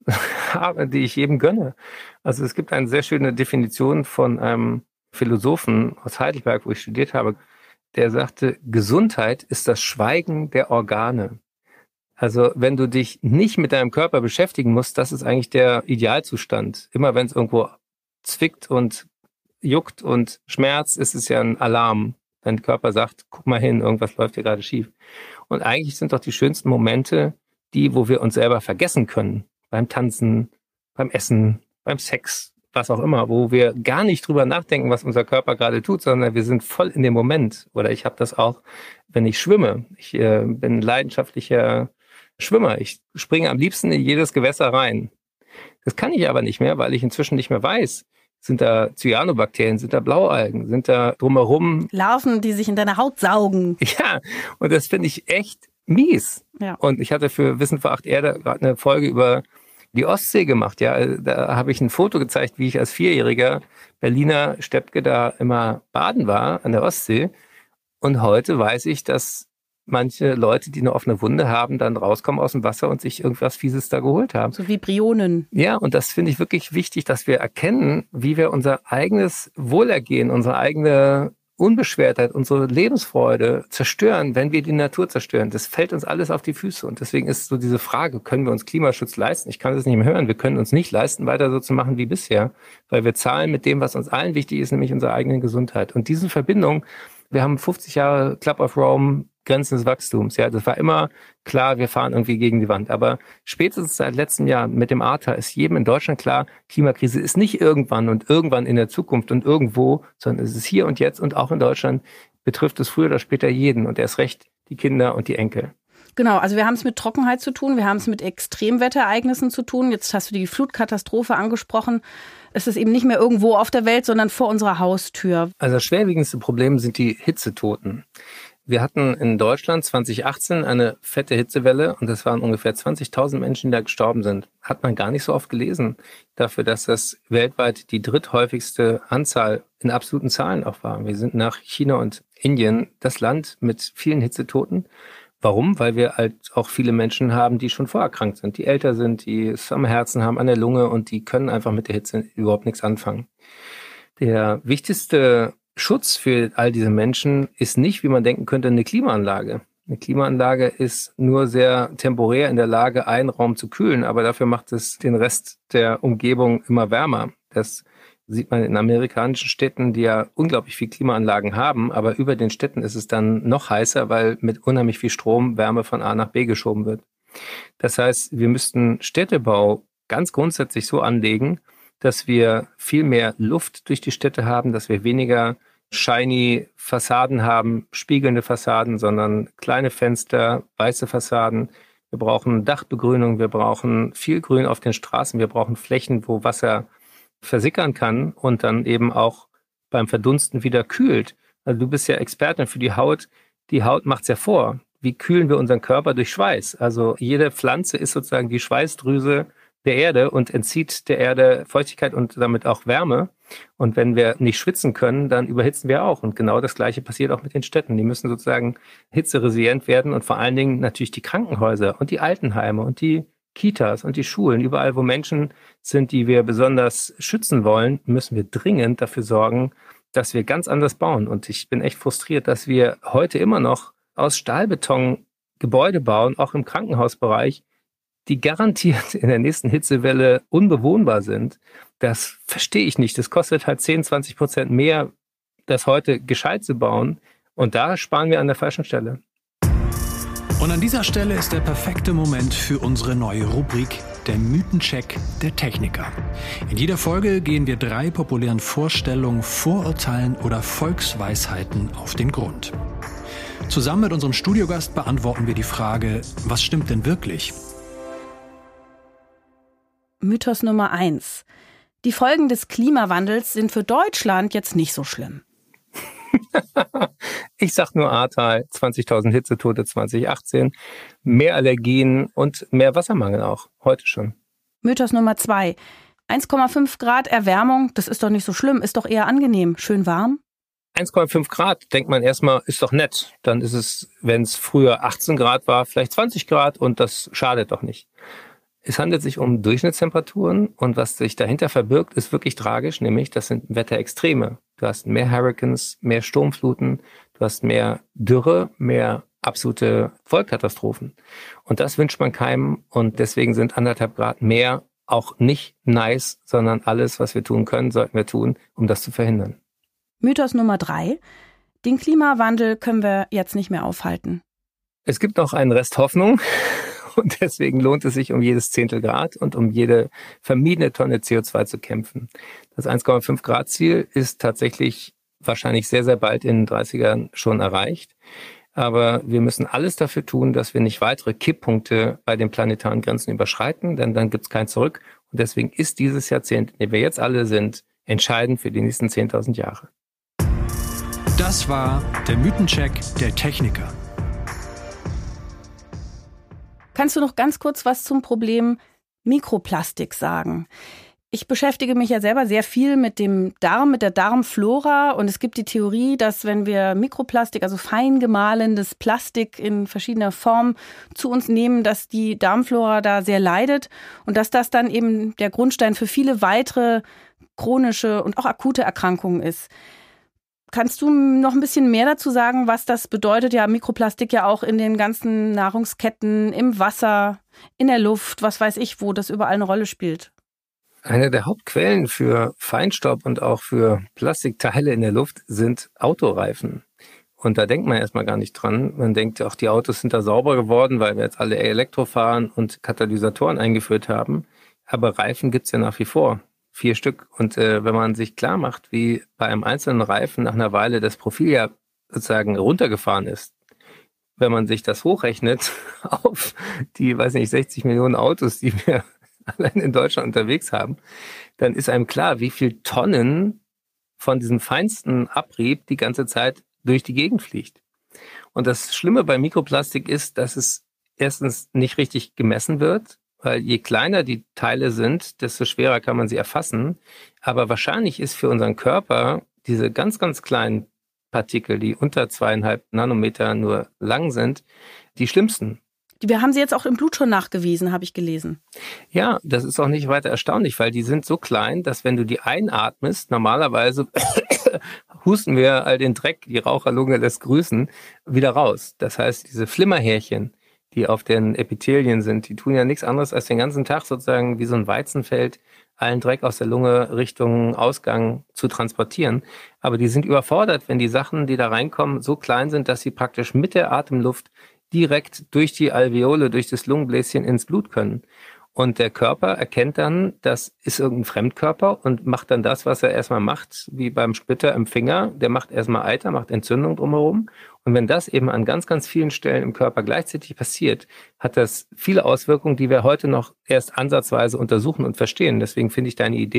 haben, die ich jedem gönne. Also es gibt eine sehr schöne Definition von einem Philosophen aus Heidelberg, wo ich studiert habe, der sagte, Gesundheit ist das Schweigen der Organe. Also wenn du dich nicht mit deinem Körper beschäftigen musst, das ist eigentlich der Idealzustand. Immer wenn es irgendwo zwickt und juckt und schmerzt, ist es ja ein Alarm. Dein Körper sagt, guck mal hin, irgendwas läuft hier gerade schief. Und eigentlich sind doch die schönsten Momente die, wo wir uns selber vergessen können. Beim Tanzen, beim Essen, beim Sex, was auch immer, wo wir gar nicht drüber nachdenken, was unser Körper gerade tut, sondern wir sind voll in dem Moment. Oder ich habe das auch, wenn ich schwimme. Ich äh, bin leidenschaftlicher Schwimmer. Ich springe am liebsten in jedes Gewässer rein. Das kann ich aber nicht mehr, weil ich inzwischen nicht mehr weiß. Sind da Cyanobakterien, sind da Blaualgen, sind da drumherum Larven, die sich in deine Haut saugen. Ja, und das finde ich echt mies. Ja. Und ich hatte für Wissen vor acht Erde gerade eine Folge über die Ostsee gemacht. Ja, da habe ich ein Foto gezeigt, wie ich als vierjähriger Berliner Steppke da immer baden war an der Ostsee. Und heute weiß ich, dass manche Leute, die eine offene Wunde haben, dann rauskommen aus dem Wasser und sich irgendwas Fieses da geholt haben. So wie Bryonen. Ja, und das finde ich wirklich wichtig, dass wir erkennen, wie wir unser eigenes Wohlergehen, unsere eigene Unbeschwertheit, unsere Lebensfreude zerstören, wenn wir die Natur zerstören. Das fällt uns alles auf die Füße. Und deswegen ist so diese Frage, können wir uns Klimaschutz leisten? Ich kann das nicht mehr hören. Wir können uns nicht leisten, weiter so zu machen wie bisher, weil wir zahlen mit dem, was uns allen wichtig ist, nämlich unserer eigenen Gesundheit. Und diese Verbindung, wir haben fünfzig Jahre Club of Rome, Grenzen des Wachstums. Ja, das war immer klar, wir fahren irgendwie gegen die Wand. Aber spätestens seit letztem Jahr mit dem A R T A ist jedem in Deutschland klar, Klimakrise ist nicht irgendwann und irgendwann in der Zukunft und irgendwo, sondern es ist hier und jetzt und auch in Deutschland betrifft es früher oder später jeden und erst recht die Kinder und die Enkel. Genau, also wir haben es mit Trockenheit zu tun, wir haben es mit Extremwetterereignissen zu tun. Jetzt hast du die Flutkatastrophe angesprochen. Es ist eben nicht mehr irgendwo auf der Welt, sondern vor unserer Haustür. Also das schwerwiegendste Problem sind die Hitzetoten. Wir hatten in Deutschland zwanzig achtzehn eine fette Hitzewelle und das waren ungefähr zwanzigtausend Menschen, die da gestorben sind. Hat man gar nicht so oft gelesen, dafür, dass das weltweit die dritthäufigste Anzahl in absoluten Zahlen auch war. Wir sind nach China und Indien das Land mit vielen Hitzetoten. Warum? Weil wir halt auch viele Menschen haben, die schon vorerkrankt sind, die älter sind, die es am Herzen haben, an der Lunge und die können einfach mit der Hitze überhaupt nichts anfangen. Der wichtigste Schutz für all diese Menschen ist nicht, wie man denken könnte, eine Klimaanlage. Eine Klimaanlage ist nur sehr temporär in der Lage, einen Raum zu kühlen, aber dafür macht es den Rest der Umgebung immer wärmer. Das sieht man in amerikanischen Städten, die ja unglaublich viel Klimaanlagen haben, aber über den Städten ist es dann noch heißer, weil mit unheimlich viel Strom Wärme von A nach B geschoben wird. Das heißt, wir müssten Städtebau ganz grundsätzlich so anlegen, dass wir viel mehr Luft durch die Städte haben, dass wir weniger shiny Fassaden haben, spiegelnde Fassaden, sondern kleine Fenster, weiße Fassaden. Wir brauchen Dachbegrünung, wir brauchen viel Grün auf den Straßen, wir brauchen Flächen, wo Wasser versickern kann und dann eben auch beim Verdunsten wieder kühlt. Also du bist ja Expertin für die Haut. Die Haut macht's ja vor. Wie kühlen wir unseren Körper? Durch Schweiß. Also jede Pflanze ist sozusagen die Schweißdrüse der Erde und entzieht der Erde Feuchtigkeit und damit auch Wärme. Und wenn wir nicht schwitzen können, dann überhitzen wir auch. Und genau das Gleiche passiert auch mit den Städten. Die müssen sozusagen hitzeresilient werden und vor allen Dingen natürlich die Krankenhäuser und die Altenheime und die Kitas und die Schulen. Überall, wo Menschen sind, die wir besonders schützen wollen, müssen wir dringend dafür sorgen, dass wir ganz anders bauen. Und ich bin echt frustriert, dass wir heute immer noch aus Stahlbeton Gebäude bauen, auch im Krankenhausbereich, die garantiert in der nächsten Hitzewelle unbewohnbar sind. Das verstehe ich nicht. Das kostet halt zehn, zwanzig Prozent mehr, das heute gescheit zu bauen. Und da sparen wir an der falschen Stelle. Und an dieser Stelle ist der perfekte Moment für unsere neue Rubrik, der Mythencheck der Techniker. In jeder Folge gehen wir drei populären Vorstellungen, Vorurteilen oder Volksweisheiten auf den Grund. Zusammen mit unserem Studiogast beantworten wir die Frage, was stimmt denn wirklich? Mythos Nummer eins. Die Folgen des Klimawandels sind für Deutschland jetzt nicht so schlimm. Ich sag nur Ahrtal, zwanzigtausend Hitzetote zwanzig achtzehn, mehr Allergien und mehr Wassermangel auch, heute schon. Mythos Nummer zwei. eins Komma fünf Grad Erwärmung, das ist doch nicht so schlimm, ist doch eher angenehm, schön warm. eins Komma fünf Grad, denkt man erstmal, ist doch nett. Dann ist es, wenn es früher achtzehn Grad war, vielleicht zwanzig Grad und das schadet doch nicht. Es handelt sich um Durchschnittstemperaturen und was sich dahinter verbirgt, ist wirklich tragisch, nämlich das sind Wetterextreme. Du hast mehr Hurricanes, mehr Sturmfluten, du hast mehr Dürre, mehr absolute Vollkatastrophen. Und das wünscht man keinem und deswegen sind anderthalb Grad mehr auch nicht nice, sondern alles, was wir tun können, sollten wir tun, um das zu verhindern. Mythos Nummer drei. Den Klimawandel können wir jetzt nicht mehr aufhalten. Es gibt noch einen Rest Hoffnung. Und deswegen lohnt es sich, um jedes Zehntel Grad und um jede vermiedene Tonne C O zwei zu kämpfen. Das eins Komma fünf Grad Ziel ist tatsächlich wahrscheinlich sehr, sehr bald in den dreißigern schon erreicht. Aber wir müssen alles dafür tun, dass wir nicht weitere Kipppunkte bei den planetaren Grenzen überschreiten, denn dann gibt es kein Zurück. Und deswegen ist dieses Jahrzehnt, in dem wir jetzt alle sind, entscheidend für die nächsten zehntausend Jahre. Das war der Mythencheck der Techniker. Kannst du noch ganz kurz was zum Problem Mikroplastik sagen? Ich beschäftige mich ja selber sehr viel mit dem Darm, mit der Darmflora und es gibt die Theorie, dass wenn wir Mikroplastik, also fein gemahlenes Plastik in verschiedener Form zu uns nehmen, dass die Darmflora da sehr leidet und dass das dann eben der Grundstein für viele weitere chronische und auch akute Erkrankungen ist. Kannst du noch ein bisschen mehr dazu sagen, was das bedeutet? Ja, Mikroplastik ja auch in den ganzen Nahrungsketten, im Wasser, in der Luft, was weiß ich, wo das überall eine Rolle spielt. Eine der Hauptquellen für Feinstaub und auch für Plastikteile in der Luft sind Autoreifen. Und da denkt man erstmal gar nicht dran. Man denkt auch, die Autos sind da sauber geworden, weil wir jetzt alle Elektro fahren und Katalysatoren eingeführt haben. Aber Reifen gibt's ja nach wie vor. Vier Stück. Und äh, wenn man sich klar macht, wie bei einem einzelnen Reifen nach einer Weile das Profil ja sozusagen runtergefahren ist, wenn man sich das hochrechnet auf die, weiß nicht, sechzig Millionen Autos, die wir allein in Deutschland unterwegs haben, dann ist einem klar, wie viel Tonnen von diesem feinsten Abrieb die ganze Zeit durch die Gegend fliegt. Und das Schlimme bei Mikroplastik ist, dass es erstens nicht richtig gemessen wird, weil je kleiner die Teile sind, desto schwerer kann man sie erfassen. Aber wahrscheinlich ist für unseren Körper diese ganz, ganz kleinen Partikel, die unter zweieinhalb Nanometer nur lang sind, die schlimmsten. Wir haben sie jetzt auch im Blut schon nachgewiesen, habe ich gelesen. Ja, das ist auch nicht weiter erstaunlich, weil die sind so klein, dass wenn du die einatmest, normalerweise husten wir all den Dreck, die Raucherlunge lässt grüßen, wieder raus. Das heißt, diese Flimmerhärchen, die auf den Epithelien sind, die tun ja nichts anderes, als den ganzen Tag sozusagen wie so ein Weizenfeld allen Dreck aus der Lunge Richtung Ausgang zu transportieren. Aber die sind überfordert, wenn die Sachen, die da reinkommen, so klein sind, dass sie praktisch mit der Atemluft direkt durch die Alveole, durch das Lungenbläschen ins Blut können. Und der Körper erkennt dann, das ist irgendein Fremdkörper und macht dann das, was er erstmal macht, wie beim Splitter im Finger. Der macht erstmal Eiter, macht Entzündung drumherum. Und wenn das eben an ganz, ganz vielen Stellen im Körper gleichzeitig passiert, hat das viele Auswirkungen, die wir heute noch erst ansatzweise untersuchen und verstehen. Deswegen finde ich deine Idee,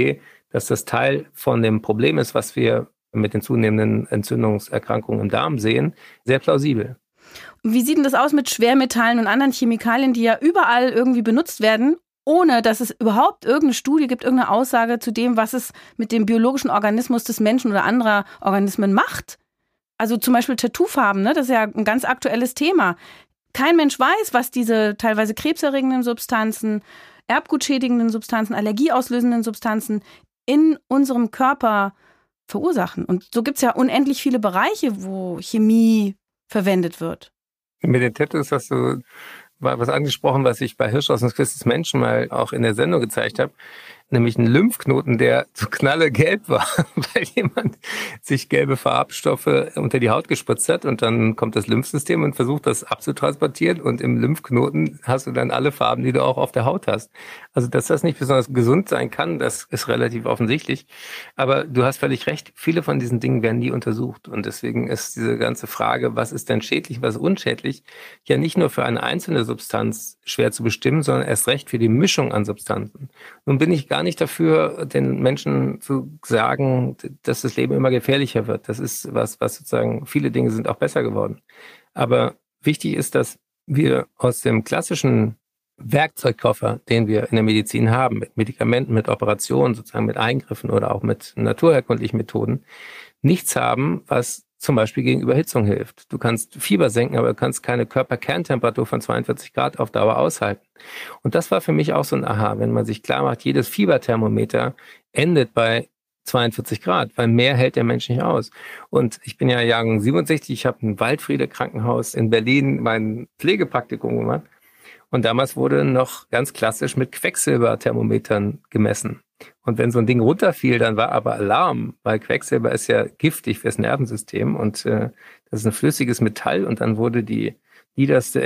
dass das Teil von dem Problem ist, was wir mit den zunehmenden Entzündungserkrankungen im Darm sehen, sehr plausibel. Wie sieht denn das aus mit Schwermetallen und anderen Chemikalien, die ja überall irgendwie benutzt werden, ohne dass es überhaupt irgendeine Studie gibt, irgendeine Aussage zu dem, was es mit dem biologischen Organismus des Menschen oder anderer Organismen macht? Also zum Beispiel Tattoofarben, ne? Das ist ja ein ganz aktuelles Thema. Kein Mensch weiß, was diese teilweise krebserregenden Substanzen, erbgutschädigenden Substanzen, allergieauslösenden Substanzen in unserem Körper verursachen. Und so gibt es ja unendlich viele Bereiche, wo Chemie verwendet wird. Mit den Tattoos hast du was angesprochen, was ich bei Hirsch aus dem Quiz des Menschen mal auch in der Sendung gezeigt habe, nämlich einen Lymphknoten, der so knallegelb war, weil jemand sich gelbe Farbstoffe unter die Haut gespritzt hat und dann kommt das Lymphsystem und versucht das abzutransportieren und im Lymphknoten hast du dann alle Farben, die du auch auf der Haut hast. Also dass das nicht besonders gesund sein kann, das ist relativ offensichtlich. Aber du hast völlig recht, viele von diesen Dingen werden nie untersucht und deswegen ist diese ganze Frage, was ist denn schädlich, was unschädlich, ja nicht nur für eine einzelne Substanz schwer zu bestimmen, sondern erst recht für die Mischung an Substanzen. Nun bin ich gar nicht dafür, den Menschen zu sagen, dass das Leben immer gefährlicher wird. Das ist was, was sozusagen, viele Dinge sind auch besser geworden. Aber wichtig ist, dass wir aus dem klassischen Werkzeugkoffer, den wir in der Medizin haben, mit Medikamenten, mit Operationen, sozusagen mit Eingriffen oder auch mit naturherkundlichen Methoden, nichts haben, was zum Beispiel gegen Überhitzung hilft. Du kannst Fieber senken, aber du kannst keine Körperkerntemperatur von zweiundvierzig Grad auf Dauer aushalten. Und das war für mich auch so ein Aha, wenn man sich klar macht, jedes Fieberthermometer endet bei zweiundvierzig Grad, weil mehr hält der Mensch nicht aus. Und ich bin ja Jahrgang siebenundsechzig, ich habe im Waldfriede-Krankenhaus in Berlin mein Pflegepraktikum gemacht. Und damals wurde noch ganz klassisch mit Quecksilberthermometern gemessen. Und wenn so ein Ding runterfiel, dann war aber Alarm, weil Quecksilber ist ja giftig fürs Nervensystem und äh, das ist ein flüssiges Metall und dann wurde die niederste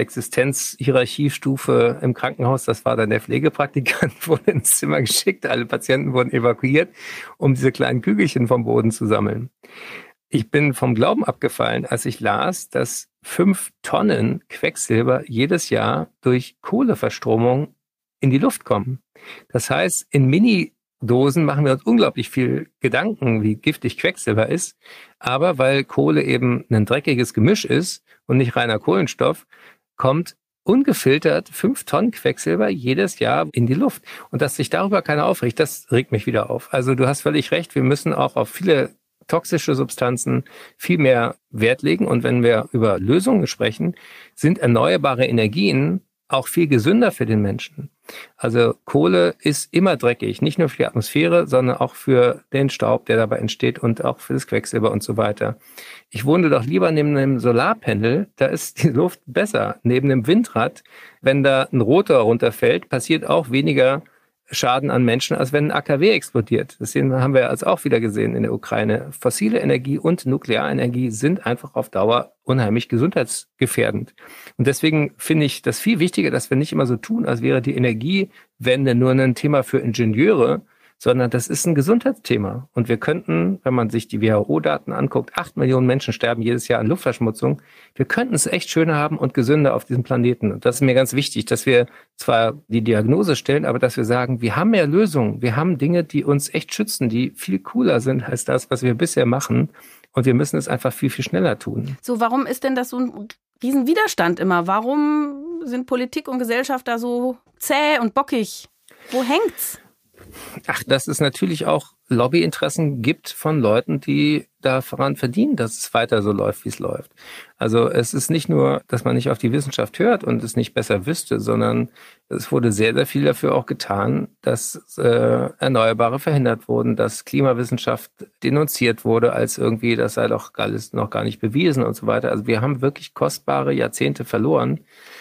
Existenzhierarchiestufe im Krankenhaus, das war dann der Pflegepraktikant, wurde ins Zimmer geschickt, alle Patienten wurden evakuiert, um diese kleinen Kügelchen vom Boden zu sammeln. Ich bin vom Glauben abgefallen, als ich las, dass fünf Tonnen Quecksilber jedes Jahr durch Kohleverstromung in die Luft kommen. Das heißt, in Mini-Dosen machen wir uns unglaublich viel Gedanken, wie giftig Quecksilber ist. Aber weil Kohle eben ein dreckiges Gemisch ist und nicht reiner Kohlenstoff, kommt ungefiltert fünf Tonnen Quecksilber jedes Jahr in die Luft. Und dass sich darüber keiner aufregt, das regt mich wieder auf. Also du hast völlig recht, wir müssen auch auf viele toxische Substanzen viel mehr Wert legen. Und wenn wir über Lösungen sprechen, sind erneuerbare Energien auch viel gesünder für den Menschen. Also Kohle ist immer dreckig, nicht nur für die Atmosphäre, sondern auch für den Staub, der dabei entsteht und auch für das Quecksilber und so weiter. Ich wohne doch lieber neben einem Solarpanel, da ist die Luft besser. Neben einem Windrad, wenn da ein Rotor runterfällt, passiert auch weniger Schaden an Menschen, als wenn ein A K W explodiert. Das haben wir jetzt auch wieder gesehen in der Ukraine. Fossile Energie und Nuklearenergie sind einfach auf Dauer unheimlich gesundheitsgefährdend. Und deswegen finde ich das viel wichtiger, dass wir nicht immer so tun, als wäre die Energiewende nur ein Thema für Ingenieure, sondern das ist ein Gesundheitsthema. Und wir könnten, wenn man sich die W H O-Daten anguckt, acht Millionen Menschen sterben jedes Jahr an Luftverschmutzung. Wir könnten es echt schöner haben und gesünder auf diesem Planeten. Und das ist mir ganz wichtig, dass wir zwar die Diagnose stellen, aber dass wir sagen, wir haben mehr Lösungen. Wir haben Dinge, die uns echt schützen, die viel cooler sind als das, was wir bisher machen. Und wir müssen es einfach viel, viel schneller tun. So, warum ist denn das so ein Riesenwiderstand immer? Warum sind Politik und Gesellschaft da so zäh und bockig? Wo hängt's? Ach, dass es natürlich auch Lobbyinteressen gibt von Leuten, die daran verdienen, dass es weiter so läuft, wie es läuft. Also es ist nicht nur, dass man nicht auf die Wissenschaft hört und es nicht besser wüsste, sondern es wurde sehr, sehr viel dafür auch getan, dass äh, Erneuerbare verhindert wurden, dass Klimawissenschaft denunziert wurde, als irgendwie, das sei doch alles noch gar nicht bewiesen und so weiter. Also wir haben wirklich kostbare Jahrzehnte verloren.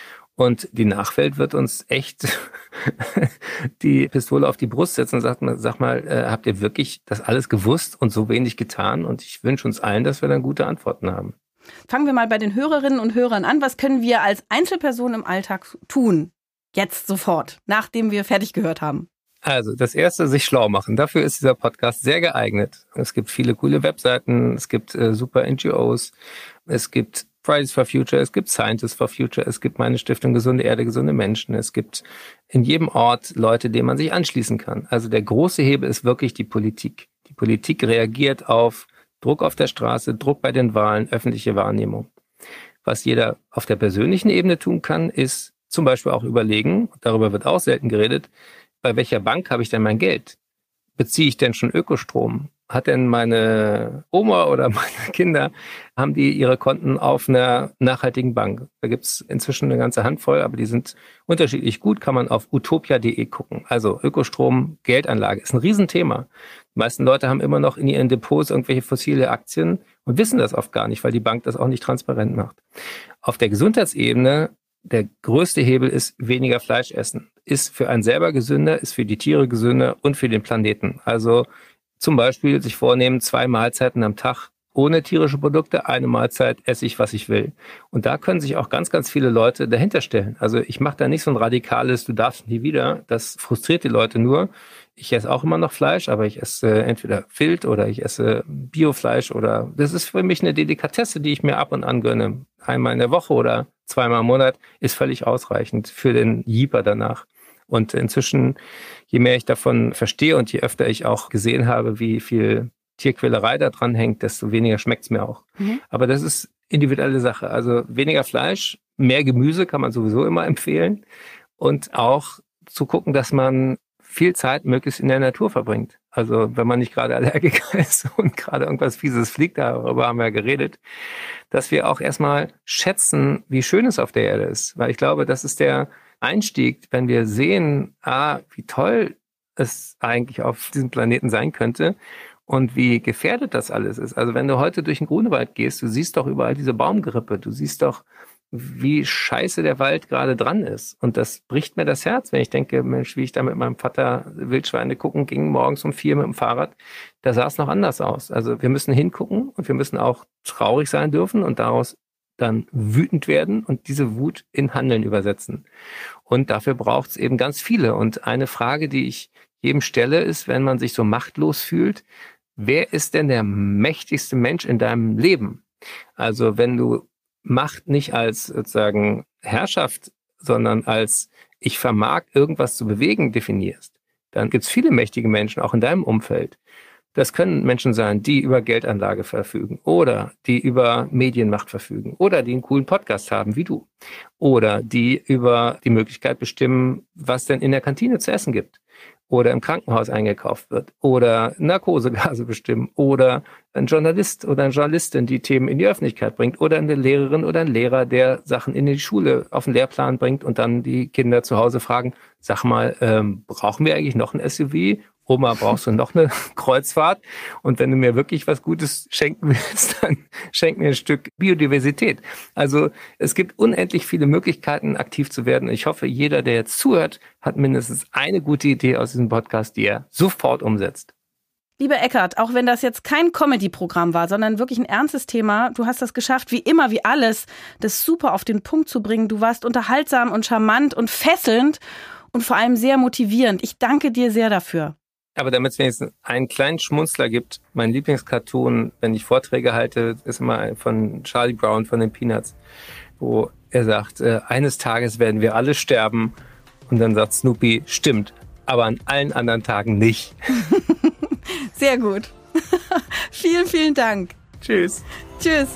Und die Nachwelt wird uns echt die Pistole auf die Brust setzen und sagt, sag mal, äh, habt ihr wirklich das alles gewusst und so wenig getan? Und ich wünsche uns allen, dass wir dann gute Antworten haben. Fangen wir mal bei den Hörerinnen und Hörern an. Was können wir als Einzelperson im Alltag tun? Jetzt sofort, nachdem wir fertig gehört haben. Also das Erste, sich schlau machen. Dafür ist dieser Podcast sehr geeignet. Es gibt viele coole Webseiten, es gibt äh, super N G Os, es gibt Fridays for Future, es gibt Scientists for Future, es gibt meine Stiftung Gesunde Erde, gesunde Menschen. Es gibt in jedem Ort Leute, denen man sich anschließen kann. Also der große Hebel ist wirklich die Politik. Die Politik reagiert auf Druck auf der Straße, Druck bei den Wahlen, öffentliche Wahrnehmung. Was jeder auf der persönlichen Ebene tun kann, ist zum Beispiel auch überlegen, darüber wird auch selten geredet, bei welcher Bank habe ich denn mein Geld? Beziehe ich denn schon Ökostrom? Hat denn meine Oma oder meine Kinder, haben die ihre Konten auf einer nachhaltigen Bank? Da gibt's inzwischen eine ganze Handvoll, aber die sind unterschiedlich gut, kann man auf utopia punkt de gucken. Also Ökostrom, Geldanlage ist ein Riesenthema. Die meisten Leute haben immer noch in ihren Depots irgendwelche fossile Aktien und wissen das oft gar nicht, weil die Bank das auch nicht transparent macht. Auf der Gesundheitsebene, der größte Hebel ist weniger Fleisch essen. Ist für einen selber gesünder, ist für die Tiere gesünder und für den Planeten. Also zum Beispiel sich vornehmen, zwei Mahlzeiten am Tag ohne tierische Produkte, eine Mahlzeit esse ich, was ich will. Und da können sich auch ganz, ganz viele Leute dahinter stellen. Also ich mache da nicht so ein radikales, du darfst nie wieder, das frustriert die Leute nur. Ich esse auch immer noch Fleisch, aber ich esse entweder Wild oder ich esse Biofleisch oder das ist für mich eine Delikatesse, die ich mir ab und an gönne. Einmal in der Woche oder zweimal im Monat ist völlig ausreichend für den Jeeper danach. Und inzwischen, je mehr ich davon verstehe und je öfter ich auch gesehen habe, wie viel Tierquälerei da dran hängt, desto weniger schmeckt's mir auch. Mhm. Aber das ist individuelle Sache. Also weniger Fleisch, mehr Gemüse kann man sowieso immer empfehlen. Und auch zu gucken, dass man viel Zeit möglichst in der Natur verbringt. Also wenn man nicht gerade Allergiker ist und gerade irgendwas Fieses fliegt, darüber haben wir ja geredet, dass wir auch erstmal schätzen, wie schön es auf der Erde ist. Weil ich glaube, das ist der Einstieg, wenn wir sehen, ah, wie toll es eigentlich auf diesem Planeten sein könnte und wie gefährdet das alles ist. Also wenn du heute durch den Grunewald gehst, du siehst doch überall diese Baumgrippe, du siehst doch, wie scheiße der Wald gerade dran ist. Und das bricht mir das Herz, wenn ich denke, Mensch, wie ich da mit meinem Vater Wildschweine gucken ging, morgens um vier mit dem Fahrrad, da sah es noch anders aus. Also wir müssen hingucken und wir müssen auch traurig sein dürfen und daraus dann wütend werden und diese Wut in Handeln übersetzen. Und dafür braucht es eben ganz viele. Und eine Frage, die ich jedem stelle, ist, wenn man sich so machtlos fühlt, wer ist denn der mächtigste Mensch in deinem Leben? Also wenn du Macht nicht als sozusagen Herrschaft, sondern als ich vermag irgendwas zu bewegen definierst, dann gibt es viele mächtige Menschen auch in deinem Umfeld. Das können Menschen sein, die über Geldanlage verfügen oder die über Medienmacht verfügen oder die einen coolen Podcast haben wie du oder die über die Möglichkeit bestimmen, was denn in der Kantine zu essen gibt oder im Krankenhaus eingekauft wird oder Narkosegase bestimmen oder ein Journalist oder eine Journalistin, die Themen in die Öffentlichkeit bringt oder eine Lehrerin oder ein Lehrer, der Sachen in die Schule auf den Lehrplan bringt und dann die Kinder zu Hause fragen, sag mal, ähm, brauchen wir eigentlich noch ein S U V? Oma, brauchst du noch eine Kreuzfahrt? Und wenn du mir wirklich was Gutes schenken willst, dann schenk mir ein Stück Biodiversität. Also es gibt unendlich viele Möglichkeiten, aktiv zu werden. Ich hoffe, jeder, der jetzt zuhört, hat mindestens eine gute Idee aus diesem Podcast, die er sofort umsetzt. Lieber Eckart, auch wenn das jetzt kein Comedy-Programm war, sondern wirklich ein ernstes Thema, du hast das geschafft, wie immer, wie alles, das super auf den Punkt zu bringen. Du warst unterhaltsam und charmant und fesselnd und vor allem sehr motivierend. Ich danke dir sehr dafür. Aber damit es wenigstens einen kleinen Schmunzler gibt, mein Lieblingscartoon, wenn ich Vorträge halte, ist immer von Charlie Brown von den Peanuts, wo er sagt, äh, eines Tages werden wir alle sterben. Und dann sagt Snoopy, stimmt, aber an allen anderen Tagen nicht. Sehr gut. Vielen, vielen Dank. Tschüss. Tschüss.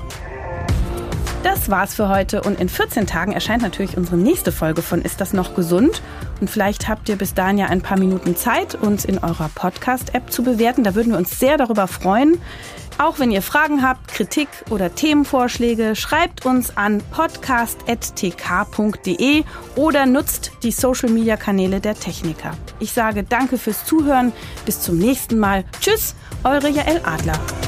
Das war's für heute und in vierzehn Tagen erscheint natürlich unsere nächste Folge von Ist das noch gesund? Und vielleicht habt ihr bis dahin ja ein paar Minuten Zeit, uns in eurer Podcast-App zu bewerten. Da würden wir uns sehr darüber freuen. Auch wenn ihr Fragen habt, Kritik oder Themenvorschläge, schreibt uns an podcast at t k punkt de oder nutzt die Social-Media-Kanäle der Techniker. Ich sage danke fürs Zuhören. Bis zum nächsten Mal. Tschüss, eure Jael Adler.